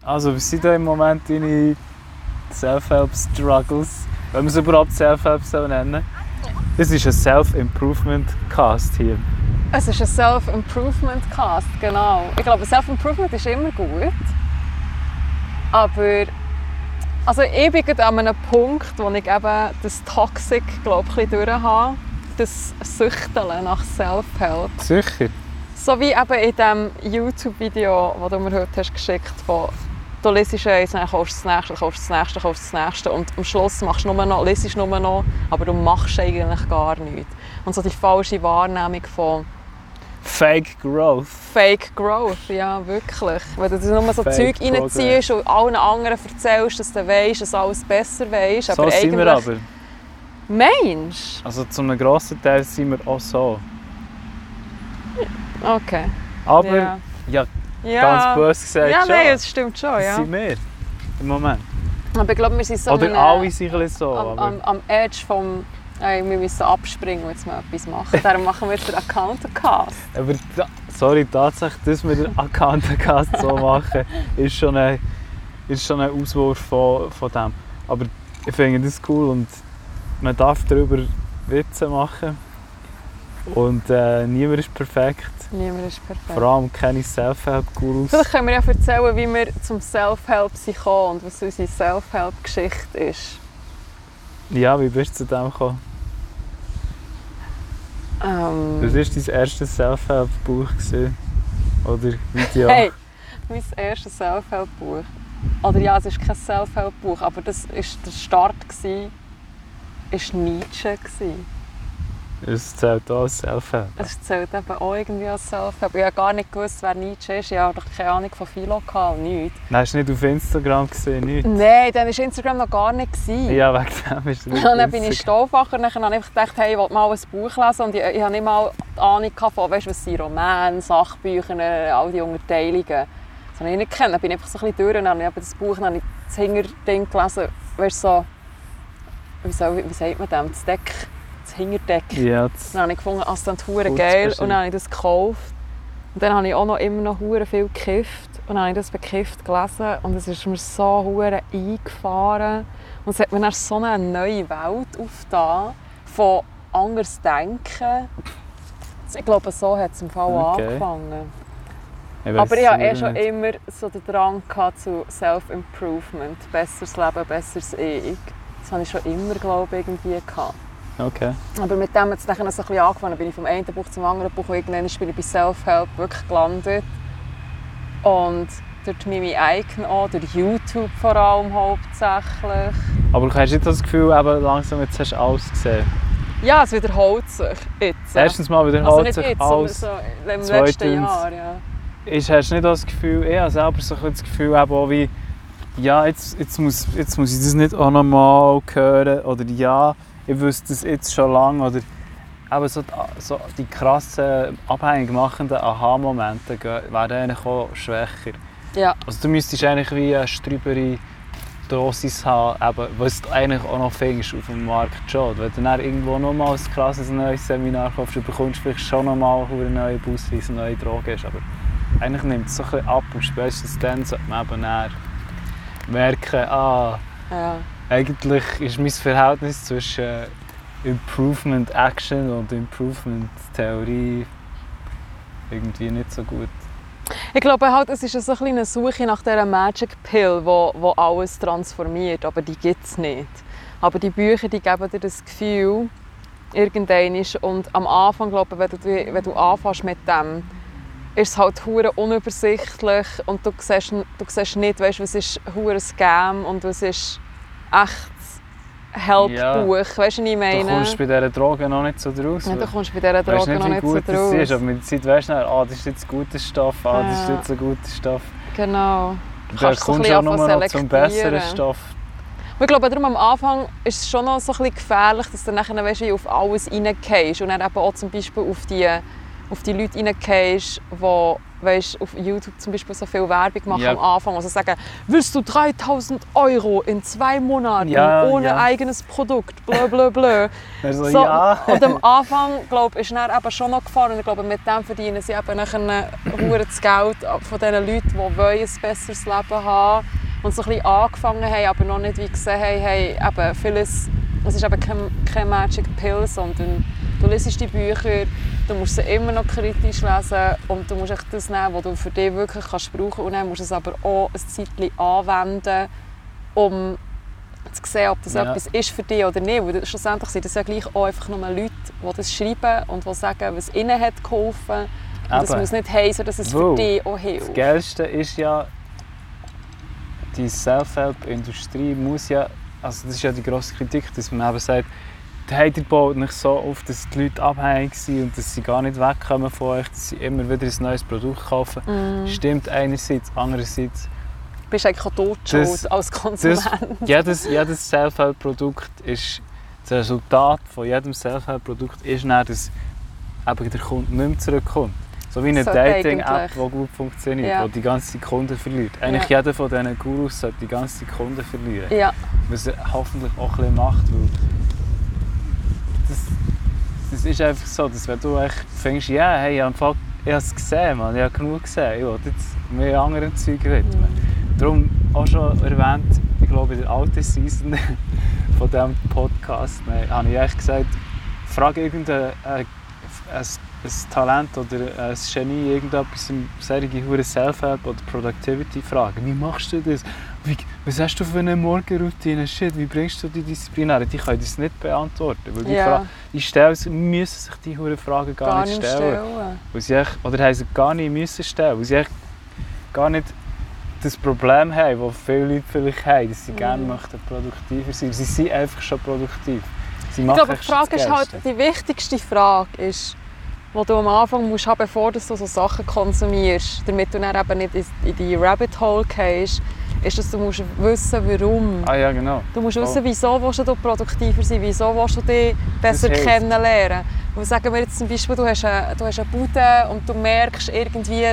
Also, was sind da im Moment deine Self-Help-Struggles? Wenn man es überhaupt Self-Help nennen soll. Es ist ein Self-Improvement-Cast hier. Es ist ein Self-Improvement-Cast, genau. Ich glaube, Self-Improvement ist immer gut. Aber also ich bin gerade an einem Punkt, wo ich eben das Toxic, glaube ich, durch habe. Das Süchteln nach Self-Help. Sicher? So wie eben in diesem YouTube-Video, das du mir heute hast geschickt hast, du liest eins, dann kaufst du das nächste, kaufst das nächste, kaufst das nächste und am Schluss machst du nur noch, liest nur noch, aber du machst eigentlich gar nichts. Und so die falsche Wahrnehmung von Fake Growth. Fake Growth, ja, wirklich. Wenn du nur so Fake Zeug reinziehst und allen anderen erzählst, dass du weisst, dass alles besser weisst. So aber sind wir aber. Mensch! Also zu einem grossen Teil sind wir auch so. Okay. Aber, ja, ganz böse gesagt ja, schon. nein, das stimmt schon, Das ja. sind wir im Moment. Aber ich glaube, wir sind so Oder alle sind ein bisschen so. am Edge vom... wir müssen abspringen und jetzt mal etwas machen. Darum machen wir jetzt den Account-Cast. Aber sorry, tatsächlich, dass wir den Account-Cast so machen, ist schon ein Auswurf von dem. Aber ich finde das cool und man darf darüber Witze machen. Und niemand ist perfekt. Niemand ist perfekt. Vor allem keine Self-Help-Gurus. Vielleicht können wir ja erzählen, wie wir zum Self-Help gekommen und was unsere Self-Help-Geschichte ist. Ja, wie bist du zu dem gekommen? Was war dein erstes Self-Help-Buch? Oder Video? Hey, mein erstes Self-Help-Buch. Oder ja, es ist kein Self-Help-Buch, aber das war der Start, war Nietzsche. Es zählt auch als Self-Help. Es zählt eben auch irgendwie als Self-Help. Ich habe gar nicht gewusst, wer Nietzsche ist. Ich habe doch keine Ahnung von Philo, nichts. Hast du nicht auf Instagram gesehen? Nicht? Nein, dann war Instagram noch gar nicht. Ja, wegen dem ist es nicht. Und dann bin ich Stauffacher und dann habe ich gedacht, hey, ich will mal ein Buch lesen. Und ich habe nicht mal die Ahnung von, weißt, was sind Romane, Sachbücher, all die Unterteilungen. Das habe ich nicht gekannt. Dann bin ich einfach so ein bisschen durch und dann habe ich das Buch, dann habe ich das Hingerding gelesen. Weißt, so, wie sagt man das? Das Hinterdeck. Ja, Dann habe ich gefunden, das ist verdammt geil und dann habe ich das gekauft. Und dann habe ich auch noch immer noch verdammt viel gekifft und dann habe ich das bekifft gelesen und es ist mir so verdammt eingefahren. Und es hat mir dann so eine neue Welt aufgetan von anders denken. Ich glaube, so hat es im Fall angefangen. Aber ich hatte schon immer so den Drang zu Self-Improvement, besseres Leben, besseres Ich. Das hatte ich schon immer, glaube ich, irgendwie gehabt. Okay. Aber mit dem hat es dann so ein bisschen angefangen. Bin ich vom einen Buch zum anderen Buch und irgendwann bin ich bei Self-Help wirklich gelandet. Und durch Mimi Eichen auch, durch YouTube vor allem hauptsächlich. Aber hast du nicht das Gefühl, eben langsam jetzt hast du alles gesehen? Ja, es wiederholt sich jetzt. Erstens mal wiederholt also sich jetzt, alles. So im letzten Jahr, ja. Hast du nicht das Gefühl, ich habe selber so das Gefühl, auch wie, ja, jetzt muss ich das nicht auch nochmal hören oder ja, ich wüsste es jetzt schon lange oder eben so die krassen, abhängig machenden Aha-Momente werden eigentlich auch schwächer. Ja. Also du müsstest eigentlich wie eine strübere Dosis haben, eben, was du eigentlich auch noch findest auf dem Markt schon. Wenn du dann irgendwo nochmal ein krasses neues Seminar kaufst, bekommst du vielleicht schon nochmal eine neue Busreise, eine neue Droge. Aber eigentlich nimmt es so ein bisschen ab und spätestens dann sollte man eben dann merken, ja. Eigentlich ist mein Verhältnis zwischen Improvement Action und Improvement Theorie irgendwie nicht so gut. Ich glaube halt, es ist so eine Suche nach dieser Magic Pill, die alles transformiert, aber die gibt es nicht. Aber die Bücher, die geben dir das Gefühl, irgendwann und am Anfang, glaube ich, wenn du anfängst mit dem, ist es halt hure unübersichtlich und du siehst nicht, weißt, was ist hure Scam und was ist echtes Help-Buch, ja. Weißt du, was ich meine? Du kommst bei dieser Droge noch nicht so draus. Ja, du kommst bei dieser Droge noch nicht so draus. Weißt nicht, wie gut es ist, aber mit der Zeit weisst du, das ist jetzt guter Stoff, das ist jetzt ein guter Stoff. Genau. Du kommst auch nur noch zum besseren Stoff. Ich glaube, darum am Anfang ist es schon noch so ein bisschen gefährlich, dass du dann weißt, auf alles reingehst und dann eben auch zum Beispiel auf die Leute reingehst, die weißt, auf YouTube zum Beispiel so viel Werbung machen Ja. am Anfang, also sagen, willst du 3'000 € in 2 Monaten ohne eigenes Produkt, blö blö blö. Also, So, ja. und am Anfang, glaube ich, ist dann eben schon noch gefahren. Und ich glaube, mit dem verdienen sie eben nachher das Geld von den Leuten, die ein besseres Leben haben und so ein bisschen angefangen haben, aber noch nicht wie gesehen haben, hey, eben vieles, es ist eben keine Magic Pill, sondern du liest die Bücher, du musst sie immer noch kritisch lesen und du musst echt das nehmen, was du für dich wirklich kannst brauchen, und dann musst du es aber auch ein Zeitchen anwenden, um zu sehen, ob das etwas ist für dich oder nicht. Weil schlussendlich sind das ja gleich auch einfach nur Leute, die das schreiben und die sagen, was ihnen hat geholfen. Und das muss nicht heißen, dass es für dich auch hilft. Das Geilste ist ja, die Self-Help-Industrie muss ja, also das ist ja die grosse Kritik, dass man eben sagt, hey, ihr baut nicht so auf, dass die Leute abhängig sind und dass sie gar nicht wegkommen von euch, dass sie immer wieder ein neues Produkt kaufen. Stimmt einerseits, andererseits Du bist eigentlich auch tot schuld als Konsument. Jedes Self-Help-Produkt ist, das Resultat von jedem Self-Help-Produkt ist dann, dass eben der Kunde nicht mehr zurückkommt. So wie eine Dating-App, die gut funktioniert, die die ganze Kunden verliert. Eigentlich jeder von diesen Gurus sollte die ganze Kunden verlieren. Ja. Was er hoffentlich auch ein bisschen macht, weil das ist einfach so, dass wenn du findest, ja, hey, ich habe es gesehen, man, ich habe genug gesehen, ich will jetzt mehr anderen Zeug widmen. Darum auch schon erwähnt, ich glaube in der alten Season von diesem Podcast, habe ich eigentlich gesagt, frage irgendein ein Talent oder ein Genie, irgendetwas in solche Self-Help oder Productivity-Fragen. Wie machst du das? Was hast du für eine Morgenroutine? Shit, wie bringst du die Disziplin her? Die können das nicht beantworten. Weil die müssen sich diese Fragen gar nicht stellen. Weil sie oder haben sie gar nicht müssen stellen, weil sie gar nicht das Problem haben, das viele Leute vielleicht haben, dass sie gerne möchten produktiver sein. Sie sind einfach schon produktiv. Sie machen, ich glaube, die Frage ist halt, die wichtigste Frage ist, die du am Anfang musst haben, bevor du so Sachen konsumierst, damit du dann eben nicht in die Rabbit Hole gehst, ist, dass du musst wissen, warum. Ah ja, genau. Du musst wissen, wieso willst du produktiver sein, wieso willst du dich besser kennenlernen. Und sagen wir jetzt zum Beispiel, du hast eine Bude und du merkst irgendwie,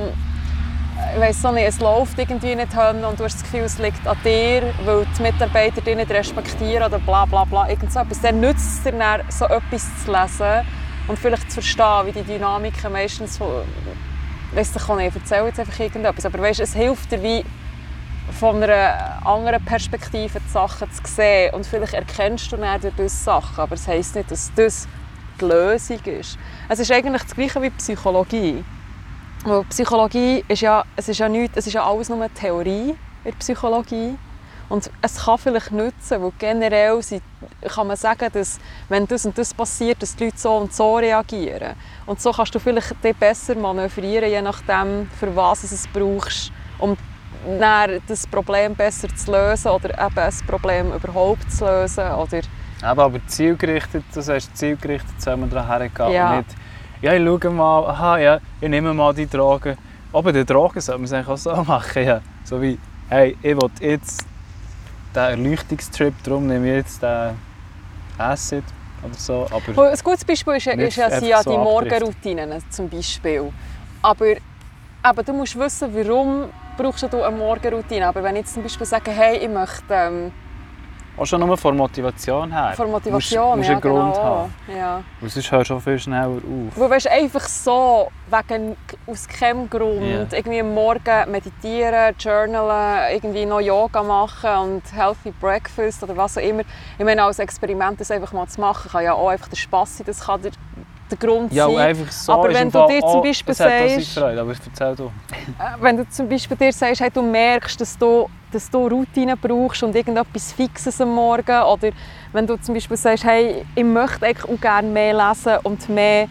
ich weiss so nicht, es läuft irgendwie nicht und du hast das Gefühl, es liegt an dir, weil die Mitarbeiter dich nicht respektieren oder bla bla bla, irgend so etwas. Dann nützt es dir dann, so etwas zu lesen und vielleicht zu verstehen, wie die Dynamiken meistens von... Weiss ich auch nicht, ich erzähle jetzt einfach irgendetwas, aber weißt, es hilft dir, wie von einer anderen Perspektive die Sachen zu sehen und vielleicht erkennst du dann durch diese Sachen, aber das heisst nicht, dass das die Lösung ist. Es ist eigentlich das Gleiche wie Psychologie. Weil Psychologie ist ja nichts, es ist ja alles nur eine Theorie in der Psychologie. Und es kann vielleicht nützen, weil generell kann man sagen, dass wenn das und das passiert, dass die Leute so und so reagieren. Und so kannst du vielleicht dich besser manövrieren, je nachdem, für was du es brauchst, um dann das Problem besser zu lösen oder eben ein Problem überhaupt zu lösen. Oder aber zielgerichtet, das heißt, zielgerichtet soll man daran hergehen. Ja. Und nicht, ja, ich schaue mal, aha, ja, ich nehme mal die Drogen. Aber bei den Drogen sollte man es eigentlich auch so machen. Ja. So wie, hey, ich will jetzt den Erleuchtungstrip, darum nehme ich jetzt den Acid oder so. Aber ein gutes Beispiel sind ja die Morgenroutinen zum Beispiel. Aber du musst wissen, warum brauchst du eine Morgenroutine. Aber wenn ich jetzt zum Beispiel sage, hey, ich möchte... auch schon nur von Motivation her. Von Motivation, musst einen Grund haben. Ja. Weil sonst hörst du auch viel schneller auf. Weil weißt, einfach so, aus keinem Grund, irgendwie am Morgen meditieren, journalen, irgendwie noch Yoga machen und Healthy Breakfast oder was auch immer. Ich meine, als Experiment das einfach mal zu machen, kann ja auch einfach der Spass sein, das kann der Grund sein. Ja, einfach so. Aber wenn du dir zum Beispiel sagst, Freude, aber erzähl du. Wenn du zum Beispiel dir sagst, hey, du merkst, dass du Routine brauchst und irgendetwas Fixes am Morgen, oder wenn du zum Beispiel sagst, hey, ich möchte eigentlich auch gerne mehr lesen und mehr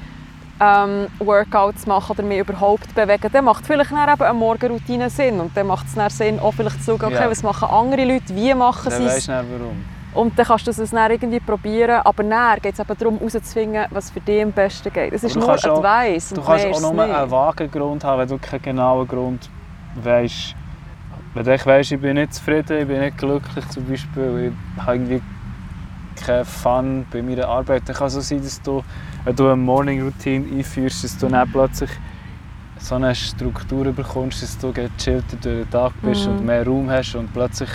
Workouts machen oder mich überhaupt bewegen, dann macht vielleicht dann eben eine Morgenroutine Sinn. Und dann macht es dann Sinn, auch vielleicht zu schauen, okay, was machen andere Leute, wie machen sie es. Dann weisst du dann warum. Und dann kannst du es dann irgendwie probieren, aber dann geht es eben darum, herauszufinden, was für dich am besten geht. Es ist nur Advice. Du kannst auch nur einen vagen Grund haben, wenn du keinen genauen Grund weisst. Wenn du weisst, ich bin nicht zufrieden, ich bin nicht glücklich, zum Beispiel, ich habe irgendwie keinen Fun bei meiner Arbeit, dann kann es so sein, dass du, wenn du eine Morning Routine einführst, dass du dann plötzlich so eine Struktur bekommst, dass du gechillter durch den Tag bist und mehr Raum hast und plötzlich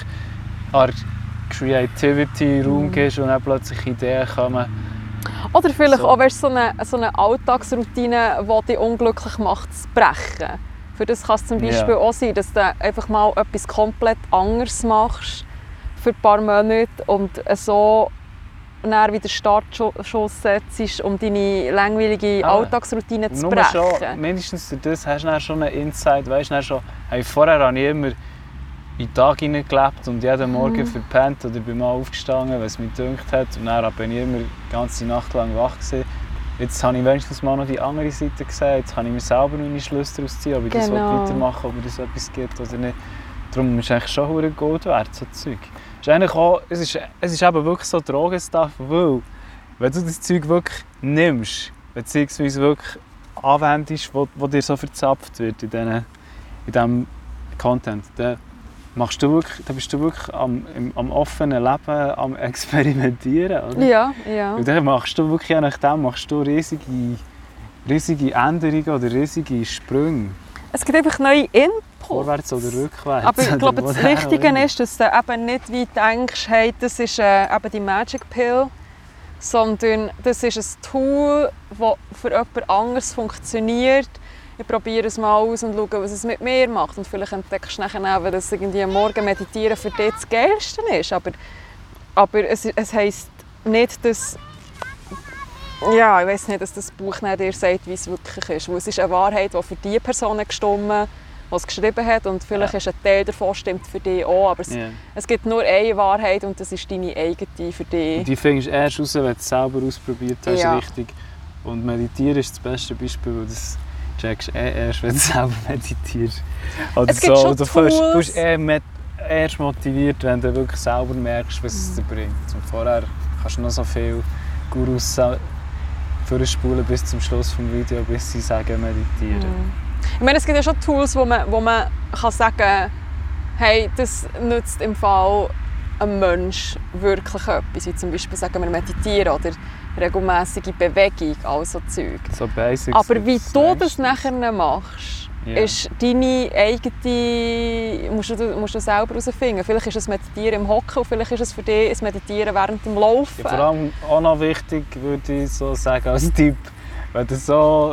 Creativity Raum gibst und dann plötzlich Ideen kommen. Oder vielleicht auch so eine Alltagsroutine, die dich unglücklich macht, zu brechen. Für das kann es zum Beispiel auch sein, dass du einfach mal etwas komplett anderes machst für ein paar Monate und so dann wieder Startschuss setzt, um deine langweilige Alltagsroutine zu brechen. Schon, mindestens durch das hast du dann schon einen Insight. Weißt, dann schon, vorher habe ich immer in den Tag hineingelebt und jeden Morgen verpennt oder bin mal aufgestanden, weil es mich gedünkt hat. Und dann bin ich immer die ganze Nacht lang wach gewesen. Jetzt habe ich wenigstens mal noch die andere Seite gesehen. Jetzt kann ich mir selber meine Schlüsse daraus ziehen, ob ich das weitermache, ob es etwas gibt oder nicht. Darum ist es eigentlich schon verdammt Gold wert, so Zeug. Es ist eben wirklich so Drogenstuff, weil wenn du das Zeug wirklich nimmst, beziehungsweise wirklich anwendest, wo dir so verzapft wird in diesem Content, dann bist du wirklich am offenen Leben, am Experimentieren. Oder? Ja. Und dann machst du wirklich, je nachdem, riesige Änderungen oder riesige Sprünge. Es gibt einfach neue Inputs. Vorwärts oder rückwärts. Aber ich glaube, das Wichtige ist, dass du eben nicht wie denkst, hey, das ist eben die Magic Pill, sondern das ist ein Tool, das für jemand anderes funktioniert. Ich probiere es mal aus und schaue, was es mit mir macht. Und vielleicht entdeckst du nachher, dass irgendwie morgen meditieren für dich das Geilste ist. Aber es heisst nicht, dass... Ja, ich weiss nicht, dass das Buch nicht dir sagt, wie es wirklich ist. Weil es ist eine Wahrheit, die für die Person gestimmt, die es geschrieben hat. Und vielleicht ist ein Teil davon stimmt für dich auch. Aber es gibt nur eine Wahrheit und das ist deine eigene für dich. Und die findest du erst raus, wenn du es selber ausprobiert hast, richtig. Und meditieren ist das beste Beispiel, weil das checkst erst, wenn du selber meditierst. Oder es gibt so. schon Du bist erst motiviert, wenn du wirklich selber merkst, was es dir bringt. Und vorher kannst du noch so viele Gurus vorspulen bis zum Schluss des Videos, bis sie sagen, meditieren. Ich meine, es gibt ja schon Tools, wo man kann sagen, hey, das nützt im Fall einem Menschen wirklich etwas. Wie zum Beispiel sagen wir meditieren oder regelmäßige Bewegung, all so Zeug. So Basics. Aber wie du das nachher machst, ist deine eigene... musst du selber herausfinden. Vielleicht ist es Meditieren im Hocken und vielleicht ist es für dich ein Meditieren während dem Laufen. Ja, vor allem auch noch wichtig, würde ich so sagen, als Tipp, wenn du so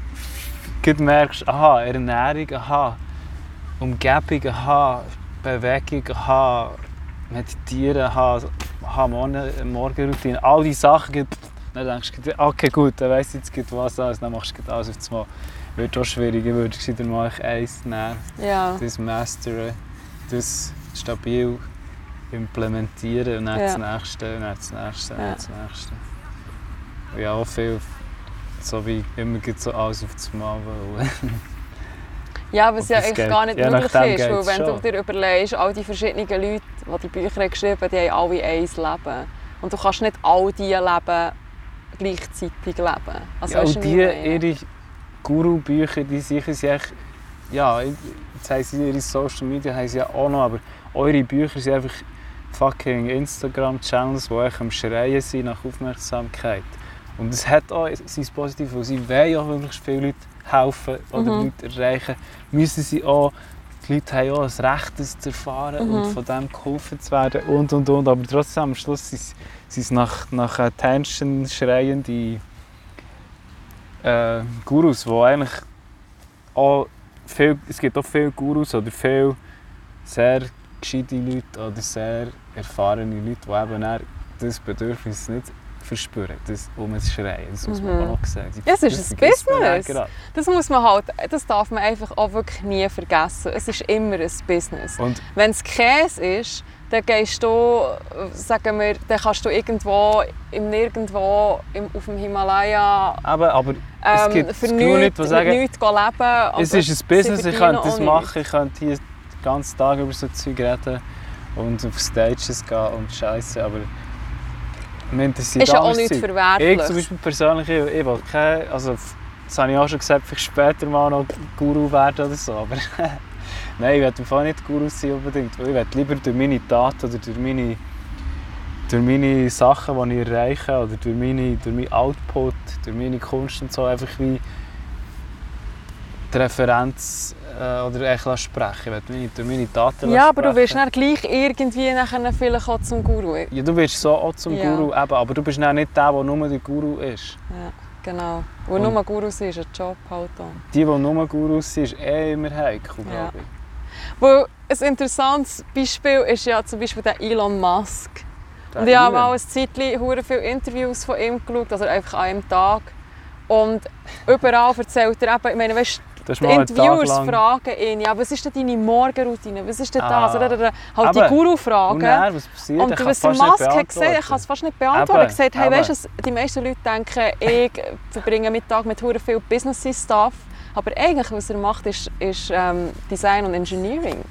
merkst, aha, Ernährung, aha, Umgebung, aha, Bewegung, aha, Meditieren, aha, Morgenroutine, all diese Sachen, dann denkst du, okay gut, dann weiss ich jetzt geht was alles, dann machst du alles auf das Mal. Wird auch schwieriger, würde ich dann mal eins nehmen, das masteren, das stabil implementieren und dann das Nächste, und dann das Nächste, und dann das Nächste. Und ja, auch viel, so wie immer so alles auf das Mal wollen. Ja, was ja eigentlich gar nicht möglich ist, weil wenn schon. du dir überlegst, all die verschiedenen Leute, die die Bücher geschrieben haben, die haben alle ein Leben. Und du kannst nicht all diese Leben gleichzeitig leben. Also, ja, und ihre Guru-Bücher, die sicher sind ja, jetzt haben sie ihre Social Media haben sie ja auch noch, aber eure Bücher sind einfach fucking Instagram-Channels, die euch am Schreien sind nach Aufmerksamkeit. Und es hat auch sein Positiv, weil sie wollen auch möglichst viele Leute helfen oder Leute erreichen. Müssen sie auch, die Leute haben auch ein Recht, das zu erfahren und von dem geholfen zu werden und. Aber trotzdem, am Schluss sind es nach Attention schreiende Gurus, die eigentlich auch es gibt auch viele Gurus oder viele sehr gescheite Leute oder sehr erfahrene Leute, die eben das Bedürfnis nicht verspüren, das schreien. Das muss man auch noch sagen. Es ist ein Business. Das darf man einfach auch wirklich nie vergessen. Es ist immer ein Business. Wenn es Käse ist, dann gehst du, sagen wir, dann kannst du irgendwo auf dem Himalaya aber es gibt für Leute, die sagen, leben. Es ist ein Business, ich könnte das machen, ich könnte hier den ganzen Tag über so Zeug reden und auf Stages gehen und Scheiße, aber ist ja auch nicht verwerflich. Ich zum Beispiel persönlich, ich will keine, also das habe ich auch schon gesagt, vielleicht später mal noch Guru werden oder so, aber nein, ich will einfach nicht Guru sein unbedingt, weil ich will lieber durch meine Taten oder durch meine Sachen, die ich erreiche oder durch meinen Output, durch meine Kunst und so, einfach wie die Referenz oder echt sprechen. Ich will meine Daten ja, aber sprechen. du wirst dann gleich irgendwie nachher vielleicht auch zum Guru. Ja, du wirst so auch zum Guru, eben, aber du bist dann nicht der nur der Guru ist. Ja, genau. Wo nur Guru sind, ist ein Job halt auch. Die nur Gurus sind, ist immer heikel, glaube ich. Weil ein interessantes Beispiel ist ja zum Beispiel der Elon Musk. Und ich habe mal ein Zeitchen sehr viele Interviews von ihm geschaut, also einfach an einem Tag. Und überall erzählt er eben, ich meine, weißt, die Interviewers fragen ihn, ja, was ist denn deine Morgenroutine, was ist denn das? Halt die Guru-Fragen. Und was passiert? Und was der Musk hat gesagt, er kann es fast nicht beantworten. Er hat gesagt, hey, weißt du, die meisten Leute denken, ich verbringe Mittag mit sehr viel Business-Stuff. Aber eigentlich, was er macht, ist Design und Engineering.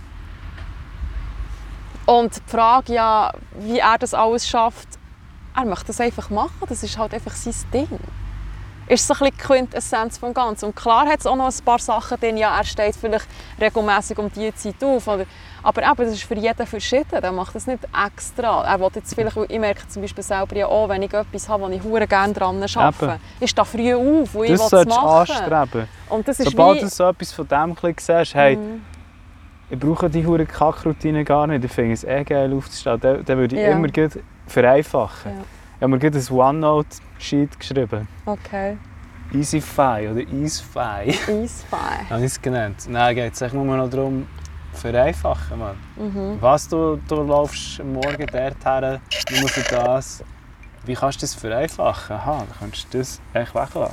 Und die Frage, ja, wie er das alles schafft, er möchte das einfach machen. Das ist halt einfach sein Ding. Ist so ein bisschen die Quintessenz vom Ganzen. Und klar hat es auch noch ein paar Sachen drin, ja, er steht vielleicht regelmäßig um diese Zeit auf. Aber eben, das ist für jeden verschieden. Er macht das nicht extra. Er will jetzt vielleicht, ich merke zum Beispiel selber ja auch, wenn ich etwas habe, wo ich sehr gerne daran arbeite, ich stehe früh auf und ich will es machen. Das solltest du anstreben. Und das ist sobald du so etwas von dem siehst, hey, ich brauche die hure Kackroutine gar nicht, ich finde es geil aufzustehen, dann würde ich immer vereinfachen. Ja. Ich habe mir gerade ein OneNote-Sheet geschrieben. Okay. Easyfy oder Easefy. Easefy. Habe ich es genannt. Nein, geht es nur noch darum, vereinfachen. Man. Was du laufst am Morgen dorthin, nur für das. Wie kannst du das vereinfachen? Aha, dann kannst du das echt weglassen.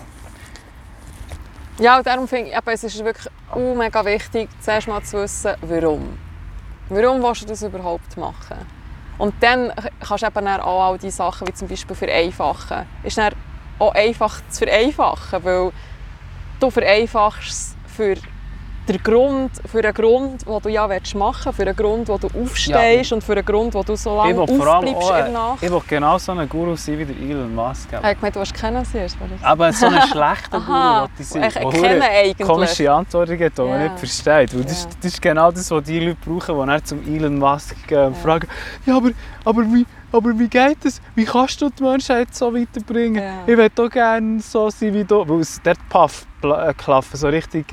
Ja, und darum finde ich, es ist wirklich mega wichtig, zuerst mal zu wissen, warum. Warum willst du das überhaupt machen? Und dann kannst du eben auch all die Sachen, wie zum Beispiel vereinfachen. Ist dann auch einfach zu vereinfachen, weil du vereinfachst es für einen Grund, den du ja machen willst, für einen Grund, wo du aufstehst und für einen Grund, wo du so lange aufbleibst in der Nacht. Ich will genau so ein Guru sein wie der Elon Musk. Ich meine, du willst kennen sie erst. Aber so einen schlechten Guru wollte ich sein. Ich kenne eigentlich. Komische Antworten gibt, die man nicht versteht. Weil das ist genau das, was die Leute brauchen, die dann zum Elon Musk gehen und fragen, ja, aber wie geht das? Wie kannst du die Menschheit so weiterbringen? Ja. Ich würde auch gerne so sein wie du. Weil dort klaffen so richtig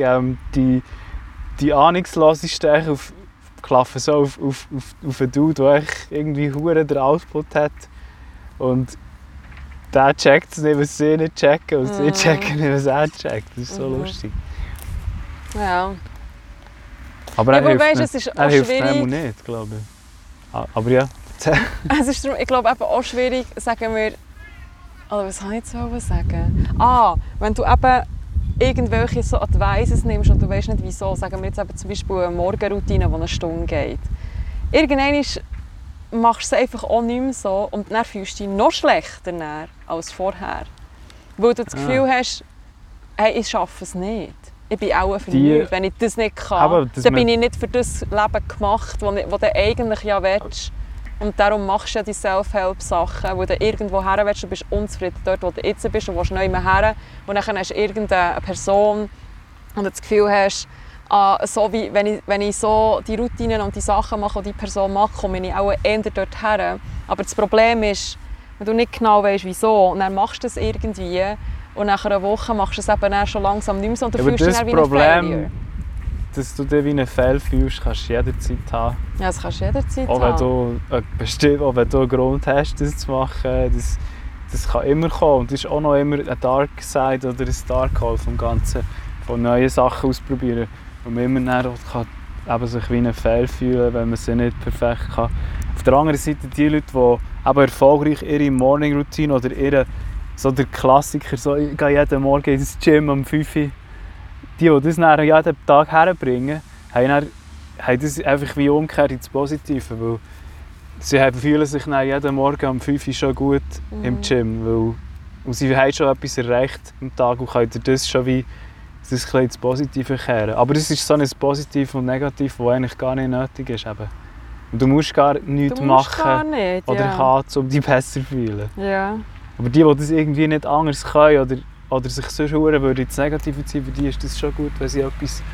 die ahnungslose Stärke klaffen so auf einen Dude, der irgendwie hure den Output hat. Und der checkt es nicht, was sie nicht checken. Und sie checken nicht, was er checkt. Das ist so lustig. Ja. Aber er hilft schwierig. Ihm nicht, glaube ich. Aber ja. Es ist darum, ich glaube, eben auch schwierig, sagen wir... Oder was soll ich jetzt sagen? Wenn du eben irgendwelche so Advices nimmst und du weißt nicht wieso, sagen wir jetzt eben zum Beispiel eine Morgenroutine, die eine Stunde geht. Irgendwann machst du es einfach auch nicht mehr so und dann fühlst du dich noch schlechter als vorher. Weil du das Gefühl hast, hey, ich schaffe es nicht. Ich bin auch für nichts. Wenn ich das nicht kann, dann bin ich nicht für das Leben gemacht, das du eigentlich ja willst. Und darum machst du ja die Self-Help-Sachen, wo du irgendwo her willst, du bist unzufrieden dort, wo du jetzt bist und willst neu her. Und dann hast du irgendeine Person und du das Gefühl hast, so wie, wenn ich so die Routinen und die Sachen mache, die Person macht, komme ich auch eher dort her. Aber das Problem ist, wenn du nicht genau weißt, wieso, und dann machst du es irgendwie und nach einer Woche machst du es eben dann schon langsam nicht mehr so und du fühlst dich dann wie ein Failure. Dass du dich wie ein Fail fühlst, kannst du jederzeit haben. Ja, das kannst du jederzeit haben. Auch wenn du einen Grund hast, das zu machen, das kann immer kommen. Und das ist auch noch immer eine Dark Side oder ein Dark Hole vom Ganzen, von neuen Sachen ausprobieren. Und man immer kann eben sich wie ein Fail fühlen, wenn man sie nicht perfekt kann. Auf der anderen Seite die Leute, die eben erfolgreich ihre Morning Routine oder so der Klassiker, so, ich gehe jeden Morgen ins Gym um 5 Uhr. Die das dann jeden Tag herbringen, haben das einfach wie umgekehrt ins Positive, weil sie fühlen sich dann jeden Morgen um 5 Uhr schon gut im Gym, und sie haben schon etwas erreicht am Tag und können das schon wie das ins Positive kehren. Aber das ist so ein Positiv und Negativ, das eigentlich gar nicht nötig ist. Eben. Und du musst gar nichts machen oder haben, um dich besser zu fühlen. Ja. Aber die das irgendwie nicht anders können oder sich so schauen würden ins Negative ziehen, für die ist das schon gut, wenn sie etwas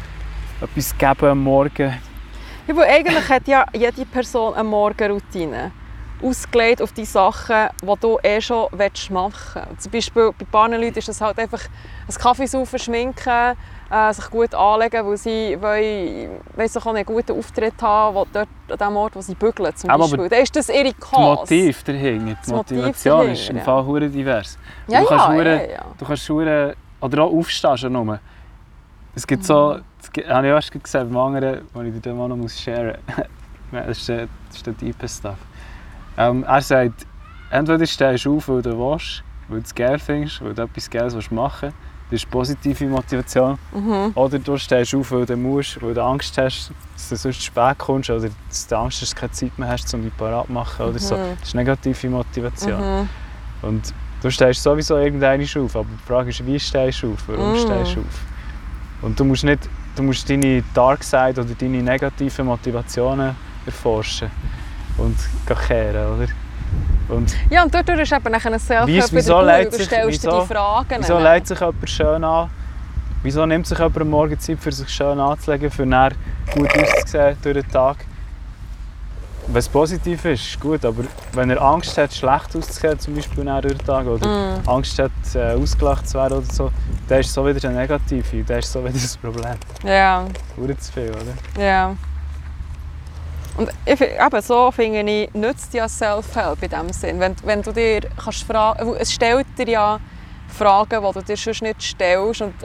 geben am Morgen. Ja, weil eigentlich hat ja jede Person eine Morgenroutine. ausgelegt auf die Sachen, die du schon machen willst. Zum Beispiel bei ein paar Leuten ist es halt einfach ein Kaffeesaufen, schminken, sich gut anlegen, weil sie einen guten Auftritt haben, dort an dem Ort, wo sie bügeln zum Beispiel. Dann ist das ihre Cause. Das Motiv dahinter, die Motivation ist im Fall hure divers. Ja, du kannst oder auch aufstehen schon nur. Es gibt so, das habe ich erst gesehen, beim anderen, den ich dir mal noch sharen muss. Das ist der tiefe Stuff. Er sagt, entweder stehst du auf, weil du willst, weil du es geil findest, weil du etwas Geiles machen willst. Das ist positive Motivation. Oder du stehst auf, weil du musst, weil du Angst hast, dass du sonst zu spät kommst oder dass du Angst hast, dass du keine Zeit mehr hast, um dich parat zu machen. Oder so. Das ist negative Motivation. Und du stehst sowieso irgendwann auf, aber die Frage ist, wie stehst du auf, warum stehst du auf? Und du musst deine Dark Side oder deine negativen Motivationen erforschen und kehren, oder? Und ja, und dadurch ist eben ein Self-Help wieso du stellst dir die Fragen. Wieso legt sich jemand schön an? Wieso nimmt sich jemand am Morgen Zeit, für sich schön anzulegen, für dann gut auszusehen durch den Tag? Wenn es positiv ist, ist gut, aber wenn er Angst hat, schlecht auszusehen, zum Beispiel durch den Tag, oder Angst hat, ausgelacht zu werden oder so, dann ist es so wieder ein Negativ, dann ist es so wieder das Problem. Ja. Verdammt zu viel, oder? Ja. Und eben so finde ich, nützt ja Self-Help in diesem Sinn. Wenn du dir kannst fragen, es stellt dir ja Fragen, die du dir sonst nicht stellst und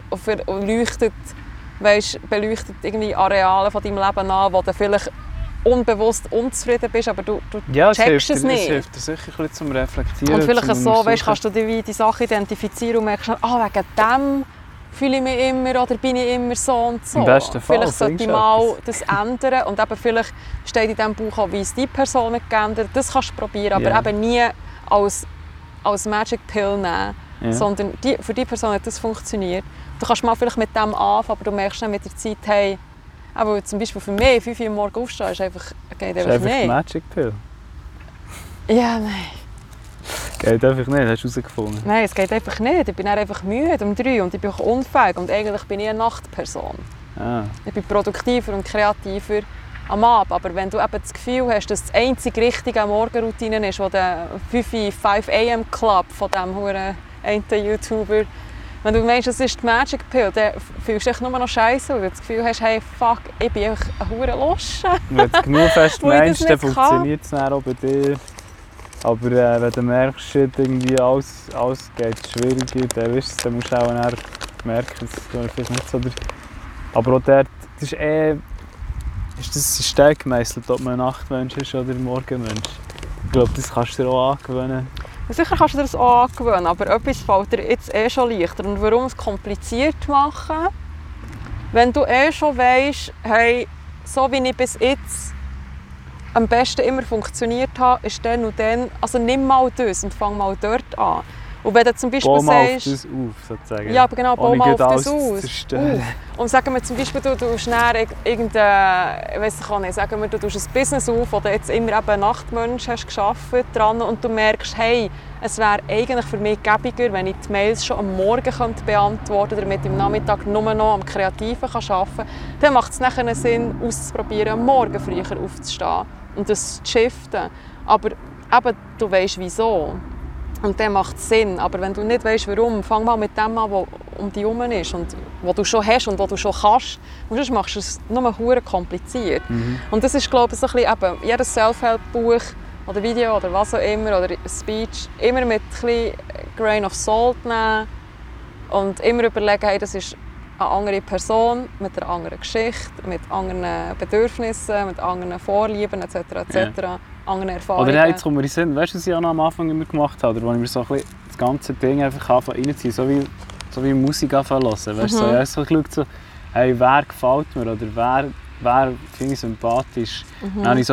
beleuchtet irgendwie Areale von deinem Leben an, wo du vielleicht unbewusst unzufrieden bist, aber du checkst es nicht. Es hilft dir sicher ein bisschen zum Reflektieren. Und vielleicht so, kannst du dir die Sachen identifizieren und merkst, wegen dem fühle ich mich immer oder bin ich immer so und so. Im besten Fall. Vielleicht sollte ich mal das ändern und eben vielleicht steht in diesem Buch auch, wie es die Person geändert. Das kannst du probieren, aber eben nie als Magic Pill nehmen, sondern für die Person hat das funktioniert. Du kannst mal vielleicht mit dem anfangen, aber du merkst dann mit der Zeit, hey, aber zum Beispiel für mich, 5 Uhr morgens aufstehen, ist einfach, geht einfach nicht. Ist Magic Pill? Ja, nein. Geht einfach nicht, hast du herausgefunden? Nein, es geht einfach nicht. Ich bin dann einfach müde um 3 und ich bin auch unfähig und eigentlich bin ich eine Nachtperson. Ich bin produktiver und kreativer am Abend, aber wenn du eben das Gefühl hast, dass das einzige richtige Morgenroutine ist, wo der 5 AM Club von diesem einen YouTuber, wenn du meinst, das ist die Magic Pill, dann fühlst du dich nur noch scheiße, weil du das Gefühl hast, hey, fuck, ich bin einfach eine hure Lusche. Wenn du genug fest meinst, dann funktioniert es dann auch bei dir. Aber wenn du merkst, shit, irgendwie alles geht schwieriger, dann musst du auch merken, dass du vielleicht nicht so... Aber auch dort, das ist das System gemeisselt, ob man ein Nachtmensch ist oder ein Morgenmensch. Ich glaube, das kannst du dir auch angewöhnen. Sicher kannst du dir das auch angewöhnen, aber etwas fällt dir jetzt schon leichter. Und warum es kompliziert machen? Wenn du schon weisst, hey, so wie ich bis jetzt am besten immer funktioniert habe, ist dann und dann, also nimm mal das und fang mal dort an. Und wenn du zum Beispiel sagst... Bau mal auf das auf, sozusagen. Ja, aber genau, bau mal auf das aus. Und sagen wir zum Beispiel, du tust irgendein, ich weiss auch nicht, sagen wir, du tust ein Business auf, wo du jetzt immer eben Nachtmensch hast gearbeitet dran und du merkst, hey, es wäre eigentlich für mich gäbiger, wenn ich die Mails schon am Morgen beantworten könnte, damit ich am Nachmittag nur noch am Kreativen arbeiten kann. Dann macht es nachher Sinn, auszuprobieren, am Morgen früher aufzustehen und das zu shiften. Aber eben, du weisst wieso. Und dann macht es Sinn. Aber wenn du nicht weisst, warum, fang mal mit dem an, was um dich herum ist und was du schon hast und was du schon kannst. Und sonst machst du es nur hure kompliziert. Und das ist, glaube ich, so ein bisschen, eben, jedes Self-Help-Buch oder Video oder was auch immer, oder Speech, immer mit ein bisschen Grain of Salt nehmen und immer überlegen, hey, das ist eine andere Person mit einer anderen Geschichte, mit anderen Bedürfnissen, mit anderen Vorlieben etc. Andere Erfahrungen. Oder jetzt kommt mir in den Sinn, weißt du, was ich auch noch am Anfang immer gemacht habe, oder wo ich mir so ein bisschen das ganze Ding einfach reinziehe, so wie Musik anfangen zu hören. Weißt du, ich habe so geschaut, so, hey, wer gefällt mir oder wer finde ich sympathisch. Dann habe ich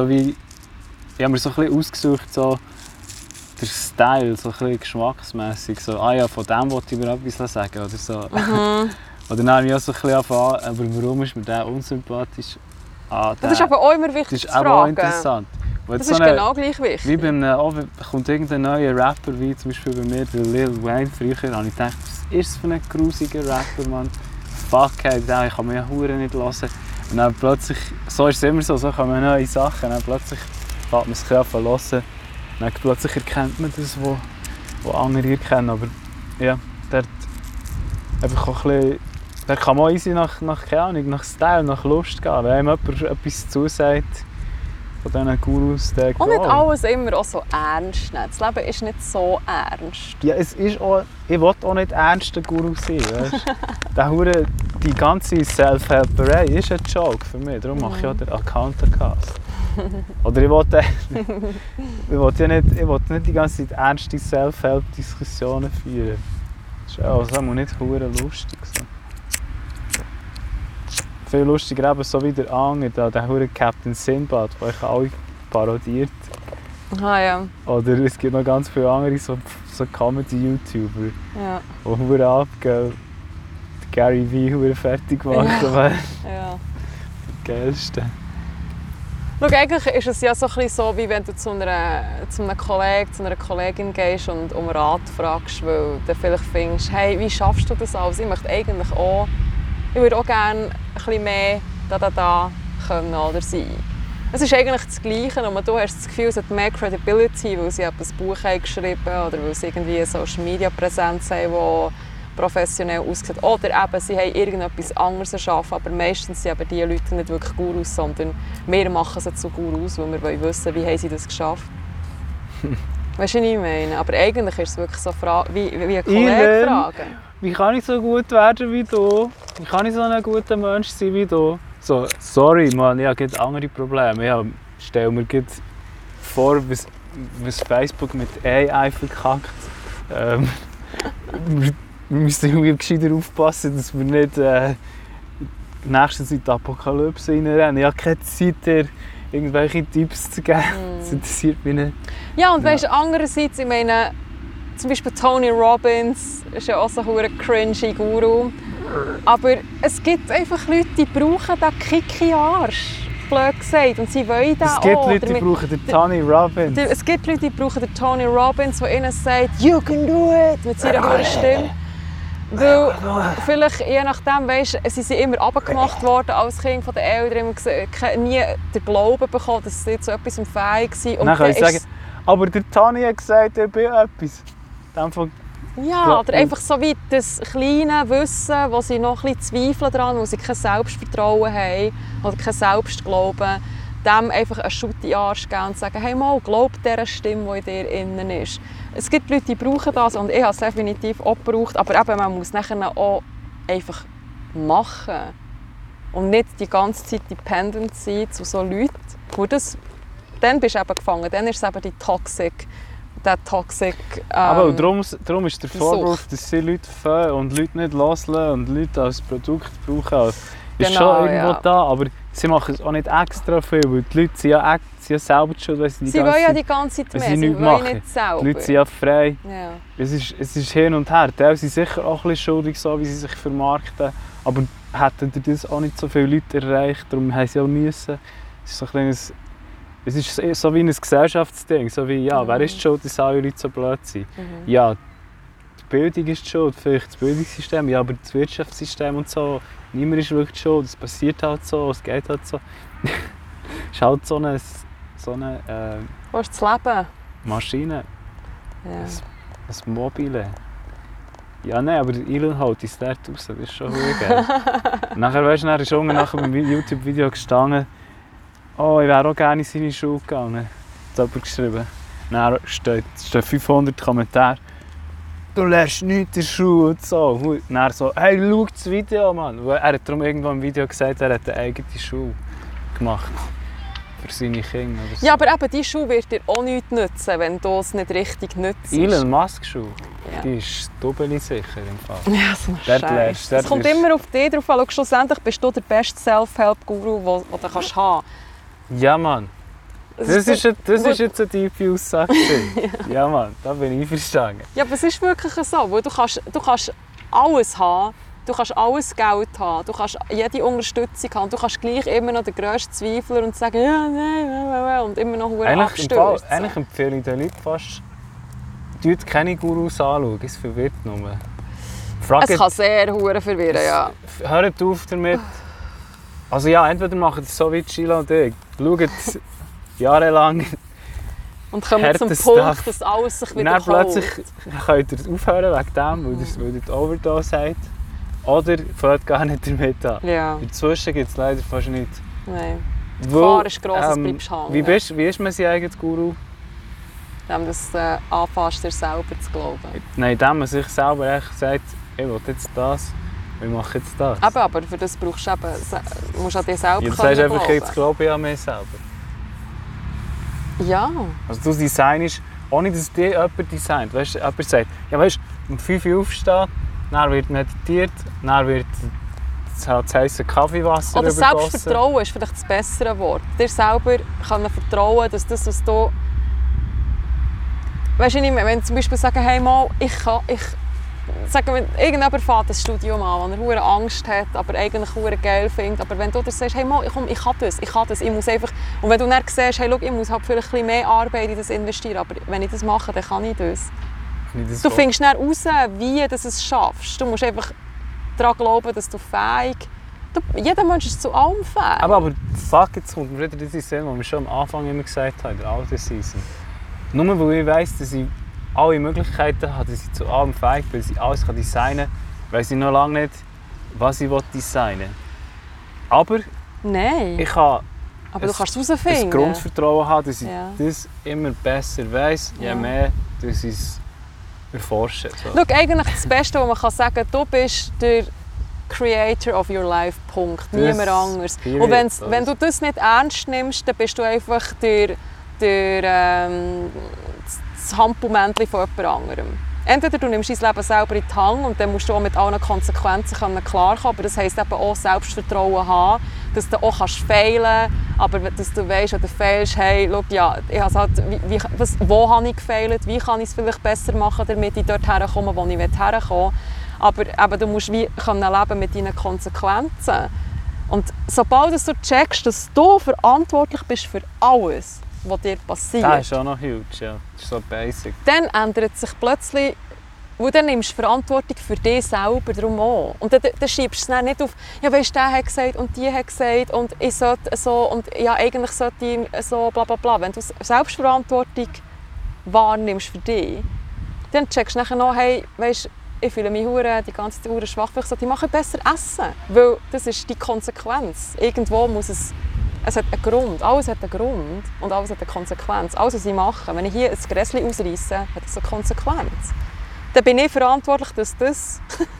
ich habe mir so ein bisschen ausgesucht, so der Style, so ein bisschen geschmacksmässig, so, ja, von dem wollte ich mir etwas sagen oder so. Oder dann habe ich auch so ein bisschen angefangen, aber warum ist mir der unsympathisch? Das ist aber auch immer wichtig zu fragen. Das ist auch interessant. Das ist genau gleich wichtig. Wie kommt irgendein neuer Rapper, wie zum Beispiel bei mir, der Lil Wayne. Früher habe ich gedacht, was ist das für ein grusiger Rapper, Mann? Fuck, hey, ich kann mich ja Huren nicht hören. Und dann plötzlich, so ist es immer so kommen neue Sachen. Und dann plötzlich fängt man sich an zu hören. Dann plötzlich erkennt man das, was andere erkennen. Aber ja, dort einfach auch ein bisschen, der kann man easy nach keine Ahnung, nach Style, nach Lust gehen. Wenn einem jemand etwas zusagt, von diesen Gurus, der und nicht alles immer auch so ernst nehmen. Das Leben ist nicht so ernst. Ja, es ist auch, ich will auch nicht ernster Guru sein, weißt? Die ganze Self-Helperei ist ein Joke für mich, darum mache ich auch den Accountant-Cast. Oder ich will nicht die ganze Zeit ernste Self-Help-Diskussionen führen. Das ist auch nicht verdammt lustig. So. Viel lustiger eben so wie der Anger, der verdammte Captain Sinbad, den ich alle parodiert. Ah ja. Oder es gibt noch ganz viele andere so Comedy-YouTuber, Ja. die verdammt abgehen. Gary Vee verdammt fertig gemacht. Ja. Der geilste. Schau, eigentlich ist es ja so, ein bisschen so, wie wenn du zu einem Kollegen, zu einer Kollegin gehst und um Rat fragst, weil du vielleicht findest, hey, wie schaffst du das alles? Ich würde auch gerne ein bisschen mehr da können oder sein. Es ist eigentlich das Gleiche, aber du hast das Gefühl, es hat mehr Credibility, weil sie ein Buch haben geschrieben oder weil sie irgendwie eine Social-Media-Präsenz haben, die professionell aussieht. Oder eben, sie haben irgendetwas anderes erschaffen, aber meistens sind die Leute nicht wirklich Gurus, sondern wir machen sie zu Gurus, weil wir wissen, wie haben sie das geschafft. Weißt du, was ich meine? Aber eigentlich ist es wirklich so wie ein Kollege fragen. Wie kann ich so gut werden wie du? Wie kann ich so ein guter Mensch sein wie du? So, sorry, Mann, ich habe andere Probleme. Ich stelle mir vor, was Facebook mit AI verkackt. Wir müssen irgendwie gescheiter aufpassen, dass wir nicht nächstens in die Apokalypse reinrennen. Ich habe keine Zeit, dir irgendwelche Tipps zu geben. Das interessiert mich nicht. Ja, und weißt du, andererseits, ich meine, zum Beispiel Tony Robbins ist ja auch so ein cringy Guru. Aber es gibt einfach Leute, die brauchen den Kicki-Arsch, blöd gesagt. Und sie wollen den auch. Es gibt Leute, die brauchen den Tony Robbins. Es gibt Leute, die brauchen den Tony Robbins, der ihnen sagt, «You can do it!» mit seiner hohen Stimme. Weil vielleicht, je nachdem, weißt, sie sind immer runtergemacht worden als Kind von den Eltern, haben nie den Glauben bekommen, dass sie zu etwas fähig sind. Und dann kann ich sagen, aber der Tony hat gesagt, ich bin etwas. Ja, oder einfach so wie das kleine Wissen, wo sie noch ein bisschen zweifeln daran, wo sie kein Selbstvertrauen haben oder kein Selbstglauben, dem einfach einen Schutt in den Arsch geben und sagen, hey mal, glaub dieser Stimme, die in dir innen ist. Es gibt Leute, die brauchen das und ich habe es definitiv auch gebraucht, aber eben, man muss nachher auch einfach machen und nicht die ganze Zeit dependent sein zu so Leuten, wo dann bist du eben gefangen, dann ist es eben der Toxic aber darum ist der Vorwurf, dass sie Leute fangen und Leute nicht loslassen und Leute als Produkt brauchen, ist schon irgendwo da, aber sie machen es auch nicht extra viel, weil die Leute sind ja selber schuld, wenn sie wollen ja die ganze Zeit mehr, sie wollen nicht selber. Die Leute sind ja frei. Ja. Es ist hin und her. Die sind sicher auch ein bisschen schuldig, so wie sie sich vermarkten, aber hätten das auch nicht so viele Leute erreicht, darum haben sie auch müssen. Es ist so wie ein Gesellschaftsding, so wie, ja, wer ist die Schuld, dass alle Leute so blöd sind? Ja, die Bildung ist die Schuld, vielleicht das Bildungssystem, ja, aber das Wirtschaftssystem und so, niemand ist wirklich die Schuld, es passiert halt so, es geht halt so. Es ist halt so eine was ist das Leben? Maschine, Ja. ein Mobile. Ja, nein, aber der Elon haut es dort raus, das ist schon geil. Nachher, weißt du, dann ist unten nach dem YouTube-Video gestanden, oh, ich wäre auch gerne in seine Schule gegangen. Das hat jemand geschrieben. Dann stehen 500 Kommentare. Du lernst nichts in der Schule und so. Und dann so, hey, schau das Video, Mann. Er hat darum irgendwann im Video gesagt, er hat eine eigene Schule gemacht. Für seine Kinder. So. Ja, aber eben, diese Schule wird dir auch nichts nützen, wenn du es nicht richtig nützt. Elon Musk Schule, ja. Die ist doppelt sicher im Fall. Ja, so ein Scheiß. Es kommt immer auf dich drauf an. Schlussendlich bist du der beste Self-Help-Guru, den du haben kannst. Ja, Mann. Das ist jetzt eine tiefe Aussage. Ja, Mann, da bin ich verstanden. Ja, aber es ist wirklich so, weil du kannst alles haben, du kannst alles Geld haben, du kannst jede Unterstützung haben, du kannst gleich immer noch den grössten Zweifler und sagen, ja, nein, und immer noch abstürzen. Eigentlich empfehle ich den Leuten fast, keine Gurus anschauen, es verwirrt nur. Es kann sehr verwirren, ja. Hört auf damit. Also ja, entweder macht es so wie Sheila und ich. Schaut jahrelang Und kommen zum Punkt, dass alles sich wiederholt. Dann plötzlich könnt ihr aufhören wegen dem, weil ihr die Overdose habt. Oder fängt gar nicht damit an. Ja. Dazwischen gibt es leider fast nicht. Nein. Die Gefahr ist gross, es bleibst hängen. Wie ist man sein eigener Guru? Dem, dass du anfängst, dir selber zu glauben. Nein, indem man sich selber echt sagt, ich will jetzt das, ich mache jetzt das. Aber für das brauchst du musst an dich selber Jetzt sagst du einfach, jetzt glaube ich an mich selber. Ja. Also du designst, ohne dass dir jemand designt. Weißt, jemand sagt, ja weißt, um 5 Uhr aufstehen, dann wird meditiert, dann wird das heisse Kaffeewasser Oder übergossen. Selbstvertrauen ist vielleicht das bessere Wort. Dir selber kann vertrauen, dass das, was du... Weißt du nicht mehr, wenn du zum Beispiel sagst, hey mal, sagen wir, irgendjemand fährt das Studium an, wo er Angst hat, aber eigentlich geil findet. Aber wenn du dir sagst, hey mal, komm, ich kann das, ich muss einfach... Und wenn du dann siehst, hey, schau, ich muss halt vielleicht ein bisschen mehr Arbeit in das investieren, aber wenn ich das mache, dann kann ich das. Du findest dann raus, wie du es schaffst. Du musst einfach daran glauben, dass du fähig bist. Jeder Mensch ist zu allem fähig. Aber fuck, jetzt kommt mir wieder diese Szene, die wir schon am Anfang immer gesagt haben, in der alten Season. Nur weil ich weiss, dass ich alle Möglichkeiten habe, dass ich zu allem fähig bin, dass ich alles designen kann, weiss ich noch lange nicht, was ich designen will. Aber nein. Ich kann du kannst es herausfinden. Ein Grundvertrauen haben, dass ich das immer besser weiss, je mehr dass ich es erforsche. So. Schau, eigentlich das Beste, was man sagen kann, du bist der Creator of your life, Punkt. Niemand anders. Und wenn du das nicht ernst nimmst, dann bist du einfach das Hampelmännchen von jemand anderem. Entweder du nimmst dein Leben selber in die Hand und dann musst du auch mit allen Konsequenzen klarkommen, aber das heisst eben auch Selbstvertrauen haben, dass du auch failen kannst, aber dass du weißt, wenn du failst, hey, schau, ja, ich halt, wo habe ich gefailt, wie kann ich es vielleicht besser machen, damit ich dort herkomme, wo ich herkommen will. Aber du musst leben mit deinen Konsequenzen. Und sobald du checkst, dass du verantwortlich bist für alles, was dir passiert. Das ist auch noch huge, ja. Das ist so basic. Dann ändert sich plötzlich, wo dann nimmst du Verantwortung für dich selber darum auch. Und dann schiebst du es dann nicht auf, ja weisst, der hat gesagt und die hat gesagt und ich sollte so und ja, eigentlich sollte ich so bla bla bla. Wenn du Selbstverantwortung wahrnimmst für dich, dann checkst du nachher noch, hey, weisst, ich fühle mich die ganze Zeit schwach, ich sollte besser essen, weil das ist die Konsequenz. Irgendwo muss es hat einen Grund, alles hat einen Grund und alles hat eine Konsequenz. Alles, was ich mache, wenn ich hier ein Gräschen ausreisse, hat das eine Konsequenz. Dann bin ich verantwortlich, dass das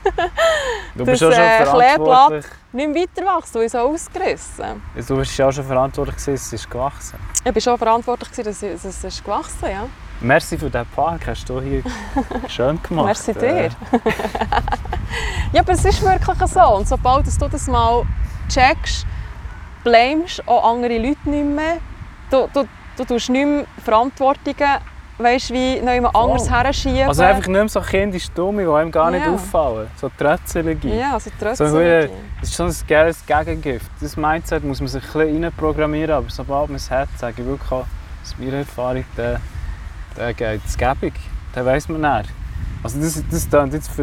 Kleeblatt nicht mehr weiter wächst, weil ich so ausgerissen. Du warst auch schon verantwortlich, dass es ist gewachsen. Ich war schon verantwortlich, dass es ist gewachsen, ja. Merci für diesen Park, hast du hier schön gemacht. Merci dir. Ja, aber es ist wirklich so. Und sobald du das mal checkst, blamest auch andere Leute nicht mehr. Du tust nicht mehr Verantwortungen, weißt, wie noch jemand anderes herschieben. Also einfach nicht mehr so kindisch Dumme, die einem gar nicht auffallen. So Trötzelige. Ja, so Trötzelige. Das ist schon ein geiles Gegengift. Das Mindset muss man sich ein bisschen reinprogrammieren, aber sobald man es hat, sage ich wirklich auch, aus meiner Erfahrung, der geht es gäbig. Den weiss man nicht. Also das klingt jetzt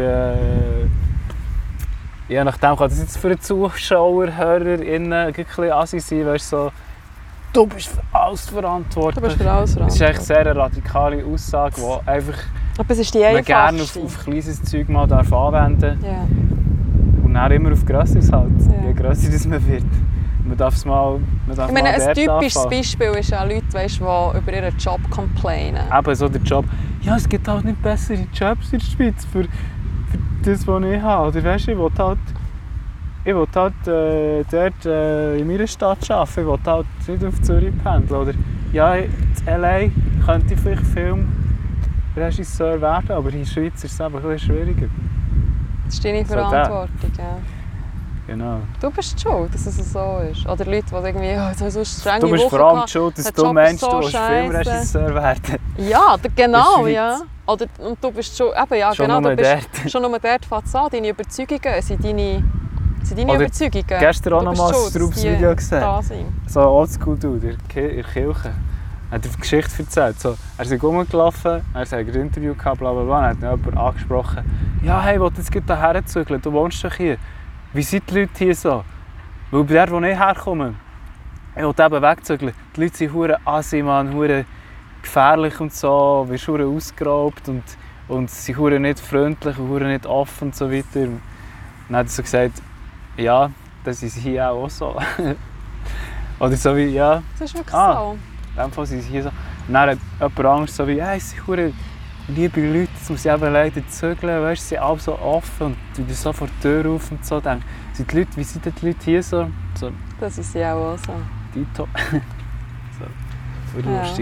je nachdem kann das jetzt für einen Zuschauer, HörerInnen ein bisschen assi sein, weißt, so, du bist für alles verantwortlich. Du bist für alles verantwortlich. Das ist eigentlich eine sehr radikale Aussage, die einfach aber es ist die man gerne auf kleines Zeug mal anwenden darf. Yeah. Und dann immer auf Grösseres halt. Yeah. Je grösser das man wird. Man darf es mal ich meine, ein typisches Beispiel ist auch Leute, weißt, die über ihren Job complainen. Eben so der Job. Ja, es gibt halt nicht bessere Jobs in der Schweiz für das, was ich habe. Oder weißt, ich will halt dort in meiner Stadt arbeiten. Ich will halt nicht auf Zürich pendeln. Oder ja, in LA könnte ich vielleicht Filmregisseur werden, aber in der Schweiz ist es eben ein bisschen schwieriger. Das ist deine Verantwortung, ja. Genau. Du bist schuld, dass es so ist. Oder Leute, die irgendwie so strenge Du bist Woche vor allem schuld, dass du meinst, du willst Filmregisseur werden. Ja, genau, ja. Oder, und du bist schon, eben, ja, schon genau, nur du bist dort. Schon nur dort fängt es an. Deine Überzeugungen sind deine Überzeugungen. Gestern auch noch mal ein Strubs-Video gesehen. So Oldschool-Dude in der Kirche. Er hat die Geschichte erzählt. So, er ist rumgelaufen, er hat ein Interview gehabt, bla bla bla. Dann hat jemand angesprochen. Ja, hey, ich will jetzt hierher zügeln, du wohnst doch hier. Wie sind die Leute hier so? Weil bei der, wo ich herkomme, ich will eben wegzügeln. Die Leute sind hure assi, man, hure gefährlich und so, wirst hure ausgeraubt und sie sind nicht freundlich und nicht offen und so weiter. Und dann hat er so gesagt, ja, das ist hier auch so. Oder so wie, ja. Das ist wirklich so. In dem Fall sind sie hier so. Und dann hat jemand anderes so wie, hey, es sind hure liebe Leute, jetzt muss ich eben leider zügeln, weißt, sie sind alle so offen und du gehst so vor die Tür auf und so. Dann sind die Leute, wie sind die Leute hier so? Das ist ja auch so. Dito. So, lustig.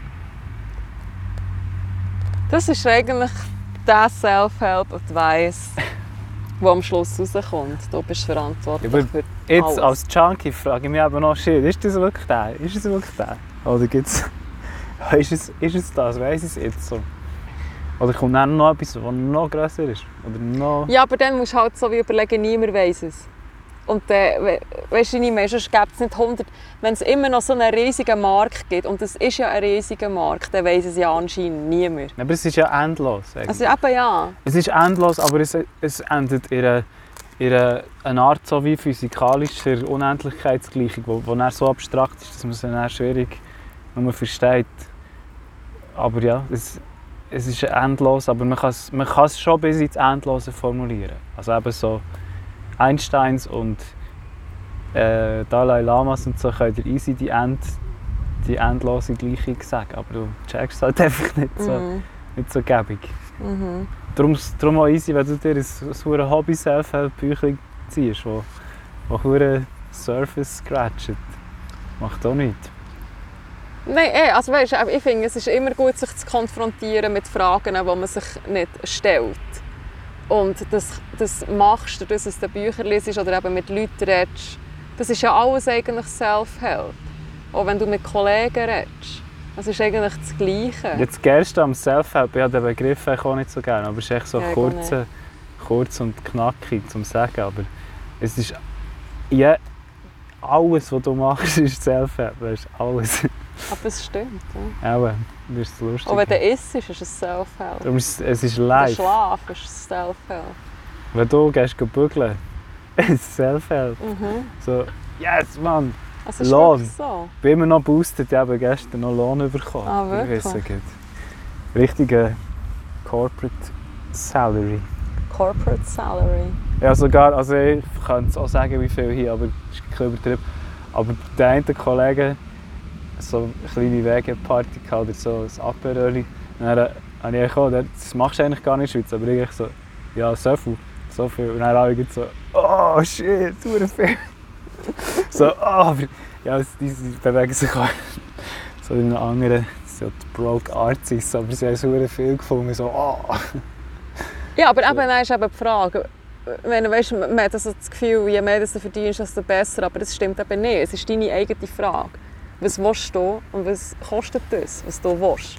Das ist eigentlich der Self-Help-Advice, der am Schluss rauskommt. Du bist verantwortlich für jetzt alles. als Junkie frage ich mich eben noch, shit, ist das wirklich der? Ist es wirklich der? Oder gibt's, ist es das? Weiss ich es jetzt so? Oder kommt dann noch etwas, was noch grösser ist? Oder noch... Ja, aber dann musst du halt so wie überlegen, niemand weiss es. Und weißt du nicht mehr, sonst gibt es nicht 100... Wenn es immer noch so einen riesigen Markt gibt, und es ist ja ein riesiger Markt, dann weiss es ja anscheinend niemand. Aber es ist ja endlos. Eigentlich. Also eben ja. Es ist endlos, aber es endet in einer Art so wie physikalischer Unendlichkeitsgleichung, die dann so abstrakt ist, dass man es dann schwierig nur versteht. Aber ja, es ist endlos, aber man kann es schon bis ins Endlose formulieren. Also eben so Einsteins und Dalai Lamas und so können dir easy die endlose Gleichung sagen, aber du checkst es halt einfach nicht so gäbig. Darum auch easy, wenn du dir ein Hobby-Self-Help-Büchlein ziehst, wo Surface scratcht. Macht auch nichts. Nein, also weißt, ich finde, es ist immer gut, sich zu konfrontieren mit Fragen, die man sich nicht stellt. Und das machst du, dass du Bücher liest oder eben mit Leuten redest. Das ist ja alles eigentlich Self-Help. Auch wenn du mit Kollegen redest. Das ist eigentlich das Gleiche. Jetzt gehst du am Self-Help, ich habe den Begriff auch nicht so gerne, aber es ist echt so ja, kurz und knackig zum Sagen. Aber es ist ja, alles, was du machst, ist Self-Help, weißt, alles. Aber es stimmt. Ja, aber das ist lustig. Auch wenn du isst, ist es Self-Help. Es ist live. Der Schlaf ist Self-Help. Wenn du gehst bügeln, ist es Self-Help. So, yes, Mann! Also ist Lohn. So. Ich bin immer noch boosted, ich habe gestern noch Lohn bekommen. Ah, wirklich? Richtige Corporate Salary. Corporate Salary? Ja, sogar, also ich kann es auch sagen, wie viel hier, aber das ist ein bisschen übertrieben. Aber der eine Kollege so eine kleine Wegeparty oder so ein Aperoli. Und dann habe ich gedacht, das machst du eigentlich gar nicht in der Schweiz, aber ich so, ja, so viel. Und dann habe ich so, oh shit, so viel. So, oh, aber ja, die bewegen sich auch so in einem anderen, so die Broke Artists, aber sie haben so viel gefunden, so, oh. Ja, aber eben, dann ist eben die Frage, weißt, man hat also das Gefühl, je mehr du verdienst, desto besser, aber das stimmt eben nicht. Es ist deine eigene Frage. Was willst du und was kostet das, was du willst?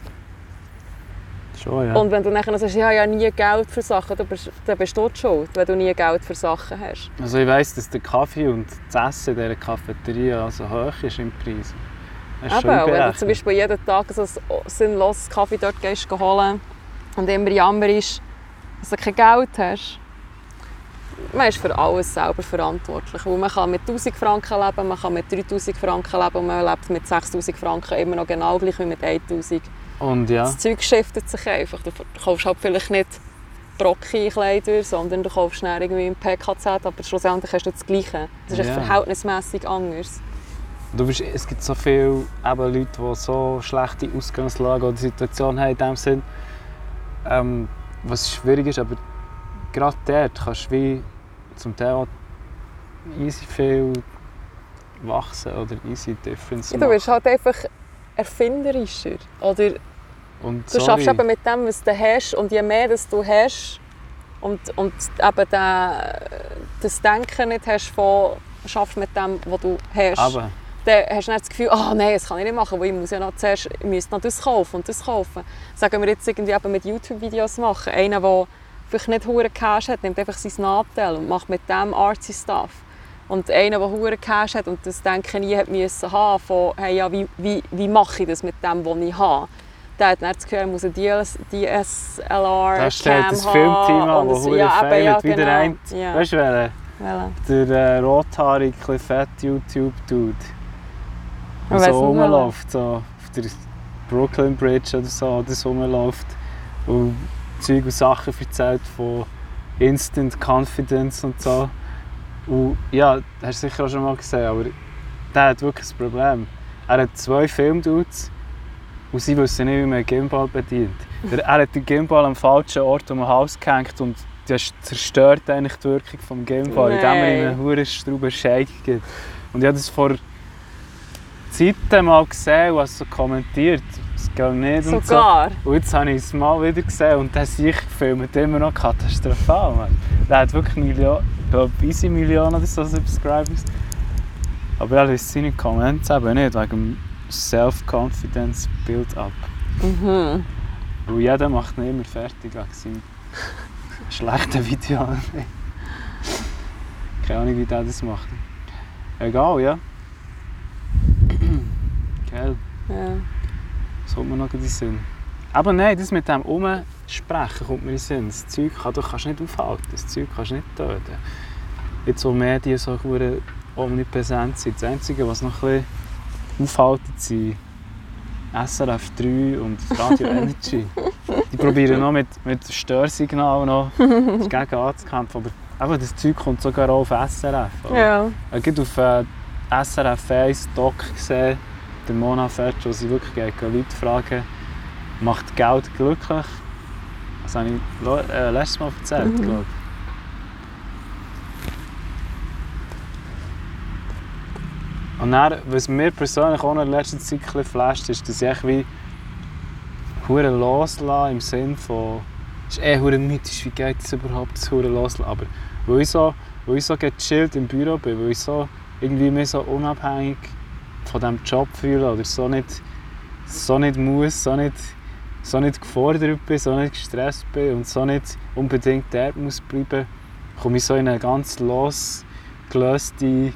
Schon, ja. Und wenn du nachher sagst, ich habe ja nie Geld für Sachen, dann bist du die schuld, wenn du nie Geld für Sachen hast. Also ich weiss, dass der Kaffee und das Essen in dieser Cafeteria also hoch ist im Preis. Eben, wenn du zum Beispiel jeden Tag so ein sinnloses Kaffee dort gehst holen und immer Jammer ist, dass du kein Geld hast. Man ist für alles selber verantwortlich. Und man kann mit 1000 Franken leben, man kann mit 3000 Franken leben und man lebt mit 6000 Franken immer noch genau gleich wie mit 1000. Und ja. Das Zeug shiftet sich einfach. Du kaufst halt vielleicht nicht Brocki-Kleider, sondern du kaufst dann irgendwie im PKZ, aber schlussendlich hast du das Gleiche. Das ist verhältnismäßig anders. Es gibt so viele Leute, die so schlechte Ausgangslage oder Situationen haben in dem Sinn, was schwierig ist, aber gerade dort kannst du wie zum Teil auch easy viel wachsen oder easy Difference machen. Du wirst halt einfach erfinderischer. Oder und du schaffst eben mit dem, was du hast, und je mehr das du hast und eben das Denken nicht hast von schaffst mit dem, was du hast, aber dann hast du nicht das Gefühl, oh nein, das kann ich nicht machen, weil ich muss ja noch zuerst noch das kaufen und das kaufen. Sagen wir jetzt irgendwie eben mit YouTube-Videos machen. Einer, der vielleicht nicht hure Cash hat, nimmt einfach sein Nachteil und macht mit dem artsy Stuff. Und einer, der hure Cash hat und das Denken nie musste haben, von hey, ja, wie mache ich das mit dem, was ich habe, der hat dann das Gefühl, er muss eine DSLR-Cam haben. Da steht das Filmteam an, das hure feilt, wie der eine. Weißt du welchen? Der rothaarige, fette YouTube-Dude. Der so rumläuft, so auf der Brooklyn Bridge oder so oder so rumläuft und Zeug und Sachen erzählt von Instant Confidence und so. Und ja, hast du sicher auch schon mal gesehen, aber der hat wirklich ein Problem. Er hat 2 Filmdudes und sie wissen nicht, wie man einen Gimbal bedient. Er hat den Gimbal am falschen Ort um den Hals gehängt und das zerstört eigentlich die Wirkung des Gimbal, indem er ihm einen verdammten Shake gibt. Und ich habe das vor Zeiten mal gesehen und habe so kommentiert. Es geht nicht und so. Und jetzt habe ich es mal wieder gesehen und der sich filmt immer noch katastrophal. Man. Der hat wirklich easy Millionen oder so Subscribers. Aber er liest seine Comments eben nicht, wegen dem Self-Confidence Build-up. Mhm. Und jeder macht ihn immer fertig wegen seinem schlechten Video. Keine Ahnung, wie der das macht. Egal, ja. Geil. Ja. Das kommt mir noch in den Sinn. Aber nein, das mit dem Umsprechen kommt mir in den Sinn. Das Zeug kannst du nicht aufhalten, das Zeug kannst du nicht töten. Jetzt, wo Medien so omnipräsent sind, das Einzige, was noch ein bisschen aufhalten, sind SRF 3 und Radio Energy. Die probieren noch mit Störsignalen noch dagegen anzukämpfen. Aber das Zeug kommt sogar auch auf SRF. Ja. Ich habe auf SRF 1 Doc gesehen, der Mona Fetsch, wo sie wirklich Leute fragen, macht Geld glücklich? Das habe ich letztes Mal erzählt, glaube ich. Und dann, was mir persönlich auch in der letzten Zeit flasht, ist, dass ich wie hure loslasse im Sinne von, es ist hure mythisch, wie geht es überhaupt, das hure loslassen, aber weil ich so gechillt im Büro bin, weil ich so irgendwie mich so unabhängig von diesem Job fühle oder so nicht muss, so nicht gefordert bin, so nicht gestresst bin und so nicht unbedingt dort muss bleiben, komme ich so in eine ganz losgelöste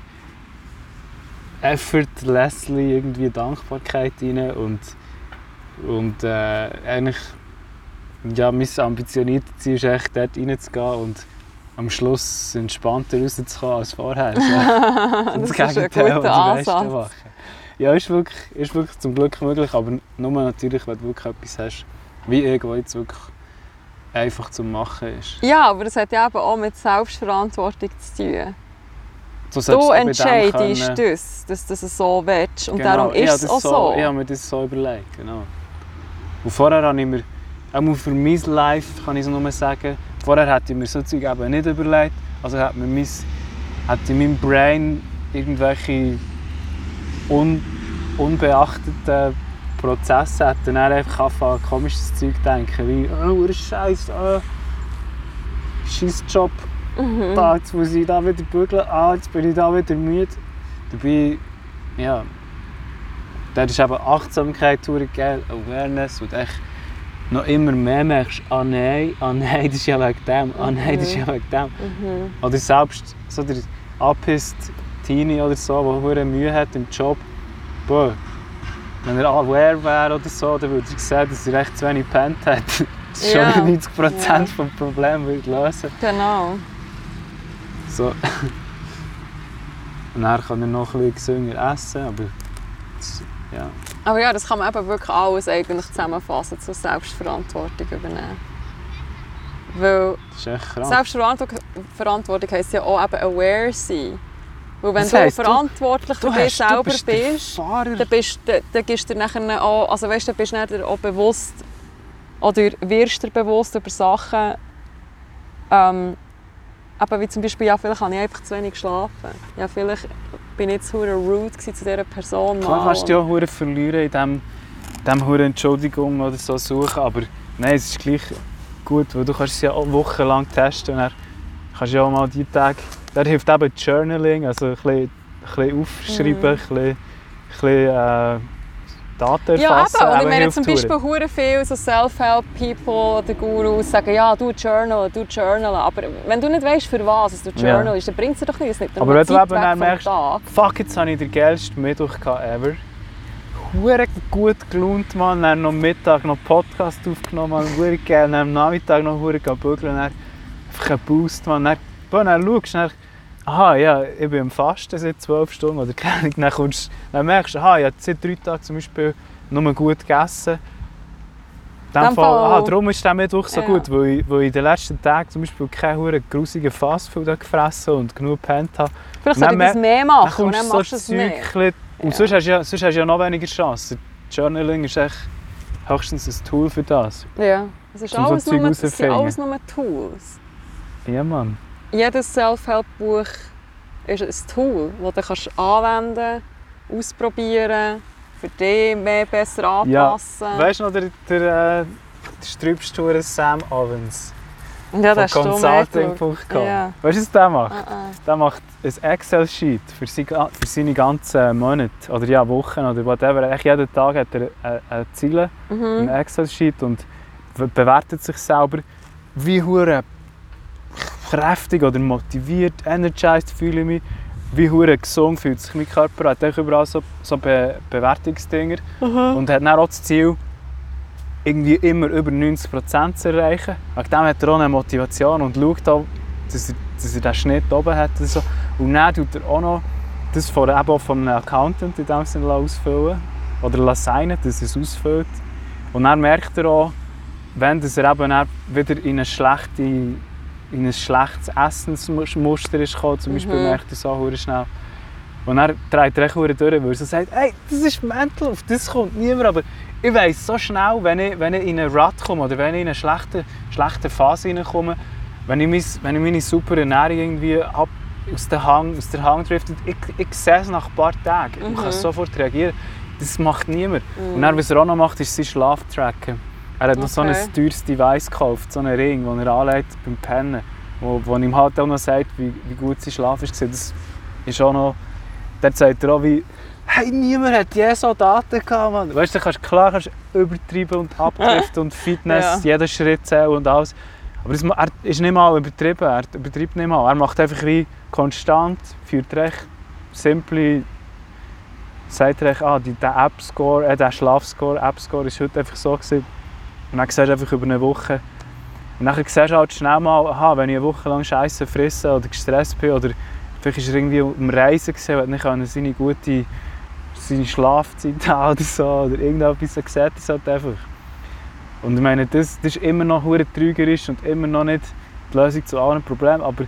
effortlessly irgendwie Dankbarkeit rein und eigentlich ja, mein ambitioniertes Ziel ist echt dort reinzugehen und am Schluss entspannter rauszukommen als vorher. So. Das ist ein guter Ansatz. Ja, ist wirklich zum Glück möglich, aber nur natürlich, wenn du wirklich etwas hast, wie irgendwo jetzt wirklich einfach zum Machen ist. Ja, aber das hat ja eben auch mit Selbstverantwortung zu tun. Du entscheidest dass du es so willst und genau, darum ist es auch so. Ich habe mir das so überlegt, genau. Und vorher habe ich mir, auch für mein Life kann ich es nur sagen, vorher hätte ich mir so Zeug eben nicht überlegt. Also hat in meinem Brain irgendwelche unbeachteten Prozesse hätten dann einfach angefangen, komisches Zeug zu denken, wie «Oh, Scheiße, Scheissjob, jetzt muss ich da wieder bügeln, jetzt bin ich da wieder müde.» Dabei, ja, da ist eben Achtsamkeit geil, Awareness und echt noch immer mehr merkst, nein, das ist ja wegen dem, nein, das ist ja wegen dem. Oder selbst so der angepisste Teenie oder so, der Mühe hat im Job, boah, wenn er aware wäre oder so, dann würde ich sehen, dass er recht zu wenig gepennt hat. Das ist schon 90% des Problems lösen. Genau. So. Und dann kann er noch ein bisschen gesünder essen, aber das, ja. Aber ja, das kann man eben wirklich alles eigentlich zusammenfassen, zur Selbstverantwortung übernehmen. Weil das ist echt krass. Selbstverantwortung heisst ja auch eben aware sein. Weil wenn du verantwortlich für dich selber bist, dann gibst du dir nachher auch, also weißt, dann bist du dir auch bewusst, oder wirst dir bewusst über Sachen, aber wie zum Beispiel, ja, vielleicht habe ich einfach zu wenig geschlafen. Ja, vielleicht bin ich jetzt rude zu dieser Person. Klar kannst du ja auch verlieren in diesem Entschuldigung oder so suchen, aber nein, es ist gleich gut, weil du kannst es ja auch wochenlang testen und dann kannst du ja auch mal die Tage, da hilft eben Journaling, also ein bisschen aufschreiben, ein bisschen Daten erfassen. Ja, eben. Und ich meine zum Beispiel hure viel so Self-Help-People oder Gurus sagen, ja, du journal. Aber wenn du nicht weißt, für was du journalst, dann bringt es dir doch nichts. Aber wenn du eben dann merkst, fuck, jetzt habe ich den geilsten Mittwoch ever. Hure gut gelaunt, man. Dann noch am Mittag noch Podcast aufgenommen, hure geil. Dann am Nachmittag noch hure bügeln, dann einfach einen Boost, man. Dann schaust du, aha, ja, ich bin am Fasten seit 12 Stunden oder keine Ahnung. Dann merkst du, aha, ja, seit 3 Tagen zum Beispiel nur gut gegessen. Darum ist der Mittwoch so gut, weil ich in den letzten Tagen zum Beispiel keine grusigen Fastfood gefressen und genug gepennt habe. Vielleicht sollte ich das mehr machen und dann machst du es mehr. Und sonst hast du ja noch weniger Chancen. Journaling ist echt höchstens ein Tool für das. Ja, es sind alles nur Tools. Ja, Mann. Jedes Self-Help-Buch ist ein Tool, das du anwenden kannst, ausprobieren, für dich mehr besser anpassen. Ja, weißt du noch, der Sträubstuhl Sam Owens ja, von Consulting.com. Ja. Weißt du, was der macht? Der macht ein Excel-Sheet für seine ganzen Monate oder Wochen oder whatever. Jeden Tag hat er eine Ziele, ein Excel-Sheet und bewertet sich selber, wie kräftig oder motiviert, energized fühle ich mich, wie gesund fühlt sich mein Körper an. Er hat überall so Bewertungsdinger und hat dann auch das Ziel, irgendwie immer über 90% zu erreichen. Wegen dem hat er auch eine Motivation und schaut auch, dass er den Schnitt oben hat. Und, so. Und dann tut er auch noch das von einem Accountant in dem Sinne ausfüllen oder signen, dass er es ausfüllt. Und dann merkt er auch, wenn er eben dann wieder in ein schlechtes Essensmuster ist gekommen, zum Beispiel merkt er es auch schnell. Und dann dreht er durch, weil er so sagt, hey, das ist mental, auf das kommt niemand. Aber ich weiss so schnell, wenn ich in einen Rut komme oder wenn ich in eine schlechte Phase hineinkomme, wenn ich meine super Ernährung irgendwie aus der Hang driftet, ich sehe es nach ein paar Tagen. Ich kann sofort reagieren. Das macht niemand. Und dann, was er auch noch macht, ist sein Schlaf tracken. Er hat noch so ein teures Device gekauft, so einen Ring, den er anlegt beim Pennen, wo ihm halt auch noch sagt, wie gut sein Schlaf ist. Das ist auch noch, dort sagt er auch, hey, niemand hat je so Daten gehabt, Mann. Weißt du, klar kannst du übertreiben und abdriften und Fitness, jeden Schritt zählen und alles. Aber er ist nicht mal übertrieben, er übertreibt nicht mal. Er macht einfach wie konstant, führt recht simple, sagt recht, der Schlafscore, App-Score ist heute einfach so gewesen. Und dann siehst du einfach über eine Woche. Und dann siehst du halt schnell mal, wenn ich eine Woche lang Scheiße frisse oder gestresst bin oder vielleicht war er irgendwie am Reisen gewesen, und nicht seine Schlafzeit haben oder so oder irgendetwas, so sieht es halt einfach. Und ich meine, das ist immer noch verdammt trügerisch und immer noch nicht die Lösung zu allen Problemen, aber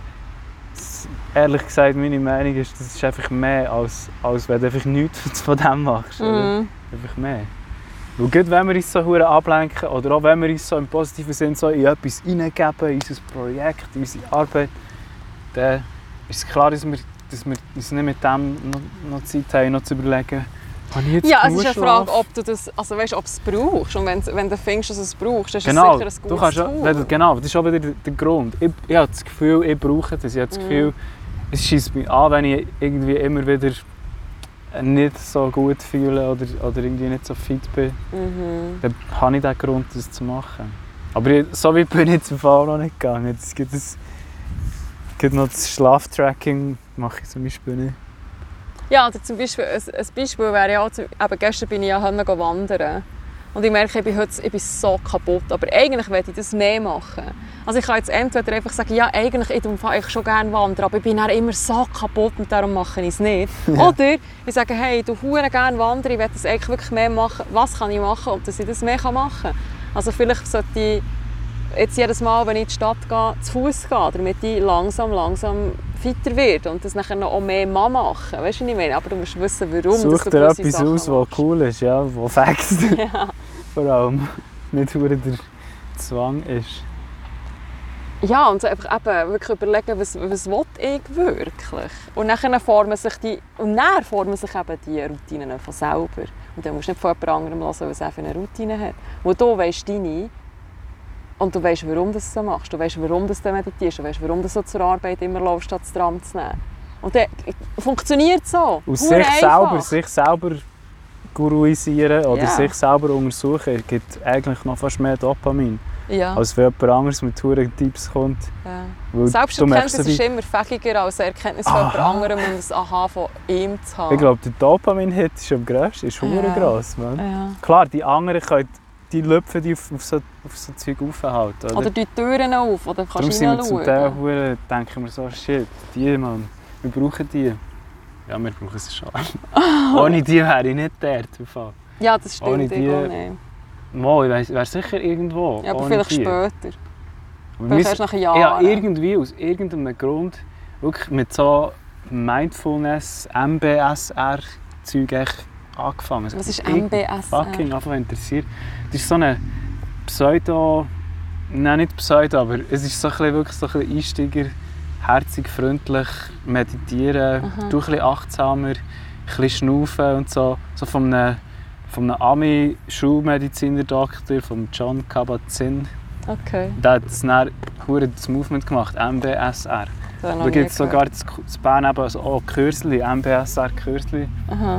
ehrlich gesagt, meine Meinung ist, das ist einfach mehr, als wenn du einfach nichts von dem machst. Oder? Einfach mehr. Weil gerade wenn wir uns so ablenken oder auch wenn wir uns so im positiven Sinn so in etwas hineingeben, in unser Projekt, in unsere Arbeit, dann ist es klar, dass wir uns nicht mit dem noch Zeit haben, noch zu überlegen, habe ich jetzt es ist eine Frage, ob du das, also weißt, ob es brauchst. Und wenn du findest, dass du es brauchst, dann ist es sicher ein gutes Tool. Genau, das ist auch wieder der Grund. Ich habe das Gefühl, ich brauche das. Ich habe das Gefühl, es schießt mich an, wenn ich irgendwie immer wieder nicht so gut fühle oder irgendwie nicht so fit bin. Dann habe ich den Grund, das zu machen. Aber so weit bin ich zum Fall noch nicht gegangen. Es gibt noch das Schlaftracking, mache ich zum Beispiel nicht. Ja, oder zum Beispiel, ein Beispiel wäre ja, gestern bin ich ja wandern. Und ich merke, ich bin so kaputt. Aber eigentlich möchte ich das mehr machen. Also ich kann jetzt entweder einfach sagen, ja, eigentlich fahre ich schon gerne wandern, aber ich bin dann immer so kaputt und darum mache ich es nicht. Ja. Oder ich sage, hey, du verdammt gerne wandern, ich möchte das eigentlich wirklich mehr machen. Was kann ich machen, um dass ich das mehr machen kann? Also vielleicht sollte ich jetzt jedes Mal, wenn ich in die Stadt gehe, zu Fuß gehen, damit ich langsam fitter werde und das nachher noch auch mehr machen. Weißt du, was ich meine? Aber du musst wissen, warum Such du dir etwas aus, was cool ist, ja, was wächst. Ja. Vor allem nicht nur der Zwang ist. Ja, und so einfach eben wirklich überlegen, was will ich wirklich? Und dann formen sich eben die Routinen von selber. Und dann musst du nicht von jemand anderem hören, was er für eine Routine hat. Wo du weisst deine. Und du weißt, warum du das so machst. Du weißt, warum du meditierst. Du weißt, warum du so zur Arbeit immer läufst, statt das Tram zu nehmen. Und dann funktioniert es so. Und sich selber guruisieren oder sich selber untersuchen, gibt eigentlich noch fast mehr Dopamin. Ja. Als wenn jemand anderes mit verrückten Tipps kommt. Ja. Selbsterkenntnis ist immer fähiger als Erkenntnis von jemand anderem und das Aha von ihm zu haben. Ich glaube, der Dopamin-Hit ist am grössten, ist verdammt gross. Ja. Klar, die anderen können die lüpfen die auf so Zeug aufhalten. Oder die Türen auf, oder kannst du hineinschauen. Darum denken wir so, shit, die Mann, wir brauchen die. Ja, wir brauchen sie schon. Ohne die wäre ich nicht dort. Ja, das stimmt. Ohne die... Mal, ich wäre sicher irgendwo. Ja, aber vielleicht die. später. Aber vielleicht erst nach Jahren. Ja, irgendwie, aus irgendeinem Grund, wirklich mit so Mindfulness, MBSR-Zeug angefangen. Was ist MBSR? Fucking einfach interessiert. Das ist so eine Pseudo... Nein, nicht Pseudo, aber es ist so ein bisschen, wirklich so ein bisschen Einsteiger, herzig, freundlich, meditieren, ein bisschen achtsamer, ein bisschen schnaufen und so. So von einem Ami-Schulmediziner-Doktor, von John Kabat-Zinn. Okay. Der hat das Movement gemacht, MBSR. Da gibt es sogar in Bern eben auch Kürzli, MBSR-Kürzli.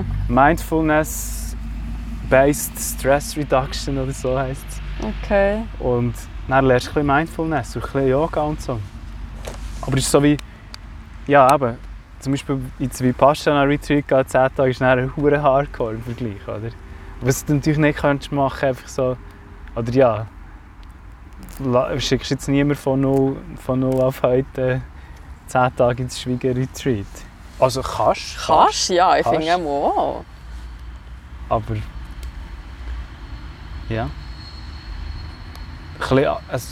Mindfulness-Based Stress Reduction oder so heisst es. Okay. Und dann lernst du ein bisschen Mindfulness und ein bisschen Yoga und so. Aber es ist so wie, ja eben, zum Beispiel ins Vipassana-Retreat gehen, 10 Tage, ist dann ein hure Hardcore im Vergleich, oder? Was du natürlich nicht könntest machen, einfach so, oder ja, schickst jetzt niemand von 0 auf heute 10 Tage ins Schweigen-Retreat. Also kannst. Kannst, ja, ich finde auch. Aber, ja. Es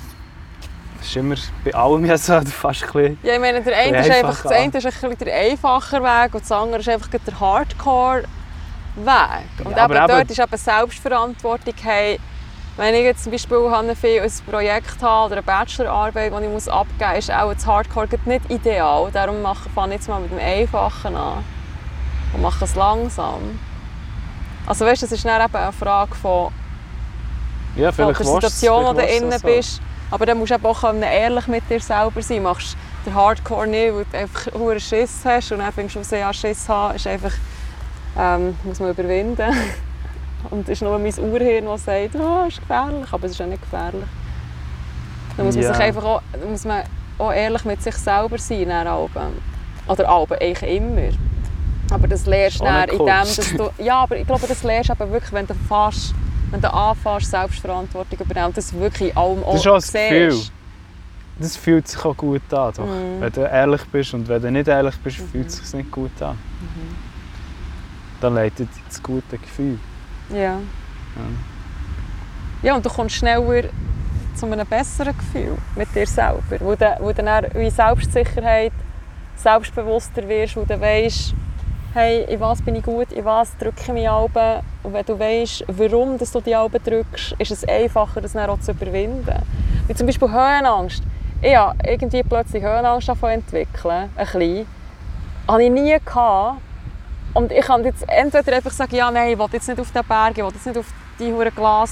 ist immer bei allem ja so, fast ein bisschen. Ja, ich meine, der eine ist einfach, das eine ist ein bisschen der einfache Weg und das andere ist einfach der Hardcore-Weg. Und ja, dort ist eben Selbstverantwortung. Hey, wenn ich jetzt zum Beispiel ein Projekt habe oder eine Bachelorarbeit, die ich abgeben muss, ist auch das Hardcore nicht ideal. Darum fange ich jetzt mal mit dem Einfachen an und mache es langsam. Also weißt, das ist dann eben eine Frage von der Situation, in der du innen bist. Aber dann musst du auch ehrlich mit dir selber sein. Machst den Hardcore nicht, weil du einfach einen Schiss hast und dann fängst du an, Schiss haben, ist einfach, muss man überwinden. Und es ist nur mein Urhirn, das sagt, es ist gefährlich, aber es ist auch nicht gefährlich. Dann muss man sich einfach auch ehrlich mit sich selber sein. Oder eigentlich immer. Aber das lernst du dann in dem, dass du... Ja, aber ich glaube, das lernst du eben wirklich, wenn du anfängst, Selbstverantwortung übernehmen. Das ist wirklich allem auch. Das ist auch das Gefühl. Das fühlt sich auch gut an. Doch. Wenn du ehrlich bist und wenn du nicht ehrlich bist, fühlt es sich nicht gut an. Dann leitet das gute Gefühl. Ja. Ja, und du kommst schneller zu einem besseren Gefühl mit dir selber. Wo du dann wie Selbstsicherheit, selbstbewusster wirst, wo du weisst, hey, in was bin ich gut, in was drücke ich mich Alben. Und wenn du weisst, warum du die Alben drückst, ist es einfacher, das dann auch zu überwinden. Wie zum Beispiel Höhenangst. Ich habe irgendwie plötzlich Höhenangst entwickeln, ein bisschen. Das hatte ich nie gehabt. Und ich kann jetzt entweder einfach sagen, ja, nein, ich will jetzt nicht auf den Berg, ich will jetzt nicht auf die hure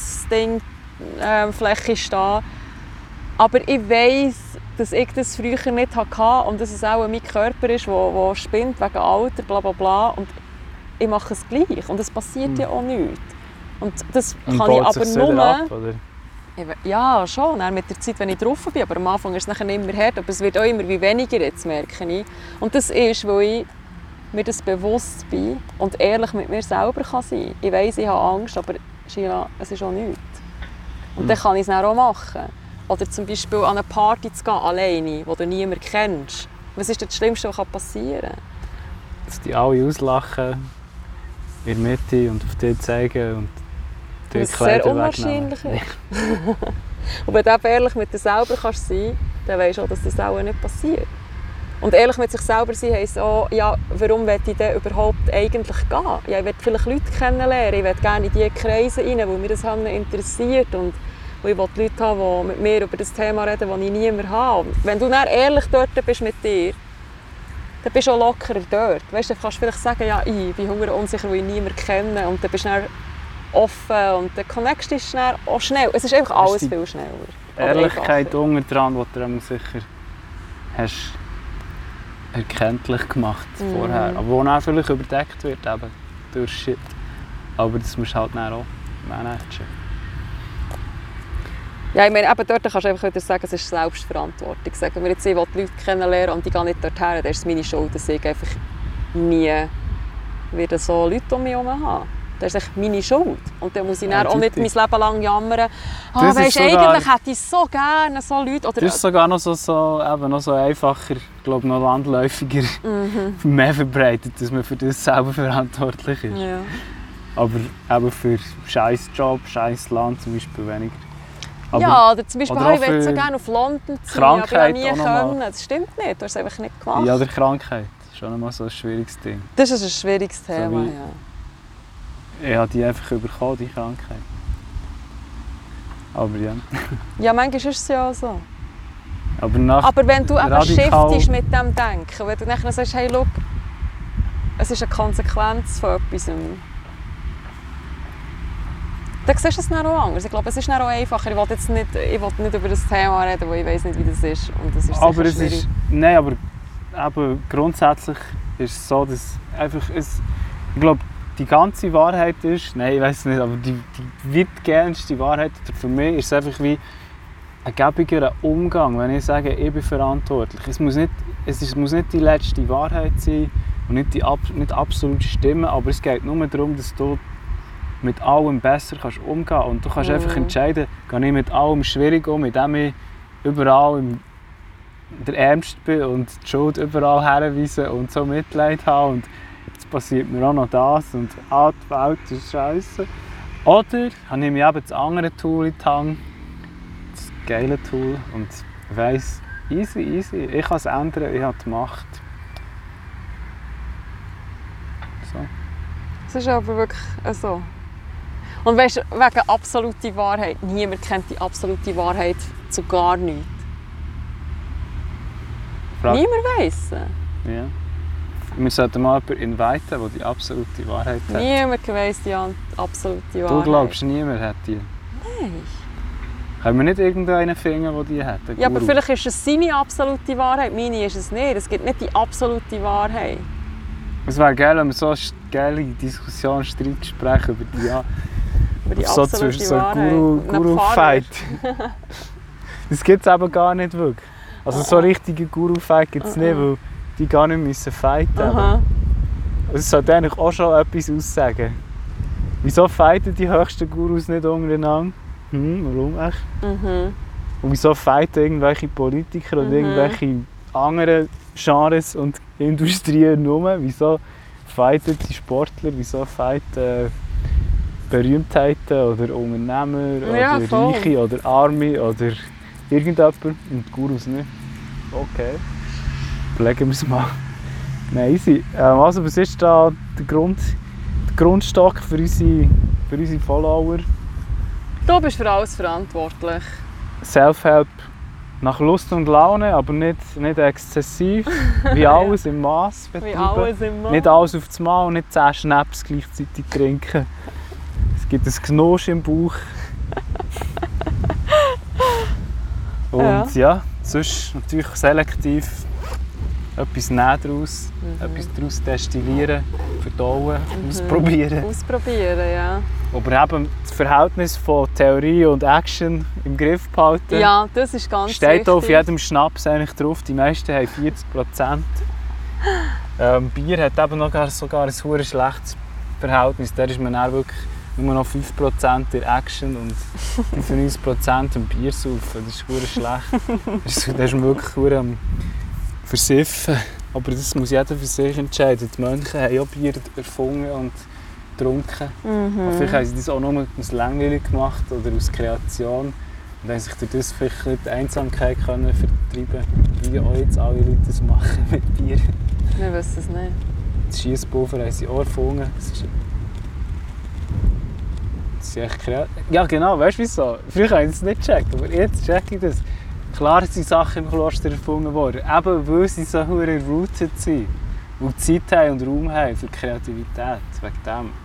Glasfläche stehen. Aber ich weiss, dass ich das früher nicht hatte und dass es auch mein Körper ist, der spinnt wegen Alter, bla bla bla. Und ich mache es gleich und es passiert ja auch nichts. Und das kann ich aber nur... Ab, oder? Ja, schon, mit der Zeit, wenn ich drauf bin. Aber am Anfang ist es nachher immer hart, aber es wird auch immer wie weniger, jetzt merke ich. Und das ist, weil ich mir das bewusst bin und ehrlich mit mir selber kann sein kann. Ich weiss, ich habe Angst, aber Sheila, es ist auch nichts. Und dann kann ich es dann auch machen. Oder zum Beispiel an eine Party zu gehen, alleine, die du niemanden kennst. Was ist das Schlimmste, was passieren kann? Dass die alle auslachen, in der Mitte und auf dich zeigen und die Kleider sehr unwahrscheinlich ist. Und wenn du ehrlich mit dir selber sein kannst, dann weisst du auch, dass das auch nicht passiert. Und ehrlich mit sich selber sein heisst auch, ja, warum will ich denn überhaupt eigentlich gehen? Ja, ich will vielleicht Leute kennenlernen, ich will gerne in diese Kreise rein, weil mich das interessiert. Und ich will Leute haben, die mit mir über das Thema reden, das ich nie mehr habe. Wenn du dann ehrlich dort bist mit dir, dann bist du auch lockerer dort. Weißt, dann kannst du vielleicht sagen, ja, ich bin unsicher, weil ich niemanden kenne. Und dann bist du dann offen und dann connectest du dich dann auch schnell. Es ist einfach alles viel schneller. Ehrlichkeit unten dran, die du sicher hast erkenntlich gemacht vorher. Aber wo dann vielleicht überdeckt wird eben, durch Shit. Aber das musst du halt dann auch managen. Ja, ich meine, eben dort kannst du einfach wieder sagen, es ist Selbstverantwortung. Sagen wir jetzt, ich will die Leute kennenlernen und ich gehe nicht dorthin, dann ist es meine Schuld, dass ich einfach nie wieder so Leute um mich herum habe. Das ist echt meine Schuld. Und dann muss ich dann auch nicht mein Leben lang jammern. Weisst, eigentlich hätte ich so gerne so Leute. Oder das ist sogar noch so einfacher, ich glaube noch landläufiger, mehr verbreitet, dass man für das selber verantwortlich ist. Ja. Aber eben für scheiß Job, scheiß Land zum Beispiel weniger. Aber, ja, oder zum Beispiel, oder ich will so gerne auf London ziehen, Krankheit aber ich habe nie können. Das stimmt nicht, du hast es einfach nicht gemacht. Ja, oder Krankheit. Das ist schon einmal so ein schwieriges Ding. Das ist ein schwieriges Thema, wie, ja. Ich habe die einfach bekommen, die Krankheit. Aber ja. Ja, manchmal ist es ja auch so. Aber wenn du eben shiftest mit dem Denken, wenn du nachher sagst, hey, schau, es ist eine Konsequenz von etwas, dann siehst du es dann auch anders. Ich glaube, es ist dann auch einfacher. Ich will nicht über das Thema reden, weil ich weiss nicht, wie das ist. Und das ist aber es schwierig. Nein, aber grundsätzlich ist es so, dass einfach ich glaube, die ganze Wahrheit ist, nein, ich weiß nicht, aber die weitgehendste Wahrheit für mich ist es einfach wie ein gäbiger Umgang, wenn ich sage, ich bin verantwortlich. Es muss nicht die letzte Wahrheit sein und nicht absolut stimmen, aber es geht nur darum, dass du mit allem besser kannst umgehen kannst. Und du kannst einfach entscheiden, gehe ich mit allem schwierig um, indem ich überall der Ärmste bin und die Schuld überall herweise und so Mitleid habe. Und jetzt passiert mir auch noch das und die Welt ist scheiße. Oder habe ich mir eben das andere Tool in die Hand, das geile Tool, und weiss, easy, ich kann es ändern, ich habe die Macht. So. Das ist aber wirklich so. Und weißt du, wegen absoluter Wahrheit, niemand kennt die absolute Wahrheit zu gar nichts. Niemand weiss. Ja. Wir sollten mal jemanden inviten, der die absolute Wahrheit hat. Niemand weiss die absolute Wahrheit. Du glaubst, niemand hat die? Nein. Können wir nicht irgendeinen finden, der die hat? Ja, aber vielleicht ist es seine absolute Wahrheit, meine ist es nicht. Es gibt nicht die absolute Wahrheit. Es wäre geil, wenn wir so eine geile Diskussion, Streitgespräche über die so zwischen so Wahrheit. Guru-Fight. Das gibt es eben gar nicht wirklich. Also so richtige Guru-Fight gibt es nicht, weil die gar nicht müssen fighten. Also es sollte eigentlich auch schon etwas aussagen. Wieso fighten die höchsten Gurus nicht untereinander? Warum echt? Und wieso fighten irgendwelche Politiker und irgendwelche anderen Genres und Industrien nur? Wieso fighten die Sportler? Wieso fighten Berühmtheiten oder Unternehmer oder Reiche oder Arme oder irgendjemand und die Gurus nicht? Okay, überlegen wir es mal. Nein, easy. Also was ist da der Grundstock für unsere Follower? Du bist für alles verantwortlich. Self-Help nach Lust und Laune, aber nicht exzessiv. Wie alles im Maß betreiben. Nicht alles auf das Mal und nicht 10 Schnaps gleichzeitig trinken. Es gibt ein Gnosch im Bauch. Und ja, sonst natürlich selektiv etwas nehmen daraus, etwas daraus destillieren, verdauen, ausprobieren. Ausprobieren, ja. Aber eben das Verhältnis von Theorie und Action im Griff behalten. Ja, das ist ganz Steht wichtig. auf jedem Schnaps eigentlich drauf, die meisten haben 40%. Bier hat eben noch sogar ein sehr schlechtes Verhältnis. Da ist man dann wirklich nur noch 5% in Action und 95% im Bier saufen. Das ist sehr schlecht. Da ist man wirklich sehr am Versiffen. Aber das muss jeder für sich entscheiden. Die Mönche haben auch Bier erfunden und getrunken. Vielleicht haben sie das auch nur aus Langweile gemacht oder aus Kreation. Und haben sich durch das vielleicht die Einsamkeit können vertreiben, wie auch jetzt alle Leute das machen mit Bier. Wir wissen es nicht. Das Schiesspulver haben sie auch erfunden. Das ist echt kreativ. Ja genau, weißt du wieso? Früher habe ich es nicht gecheckt, aber jetzt checke ich das. Klar sind Sachen im Kloster erfunden worden, eben weil sie so rooted sind und Zeit haben und Raum haben für Kreativität, wegen dem.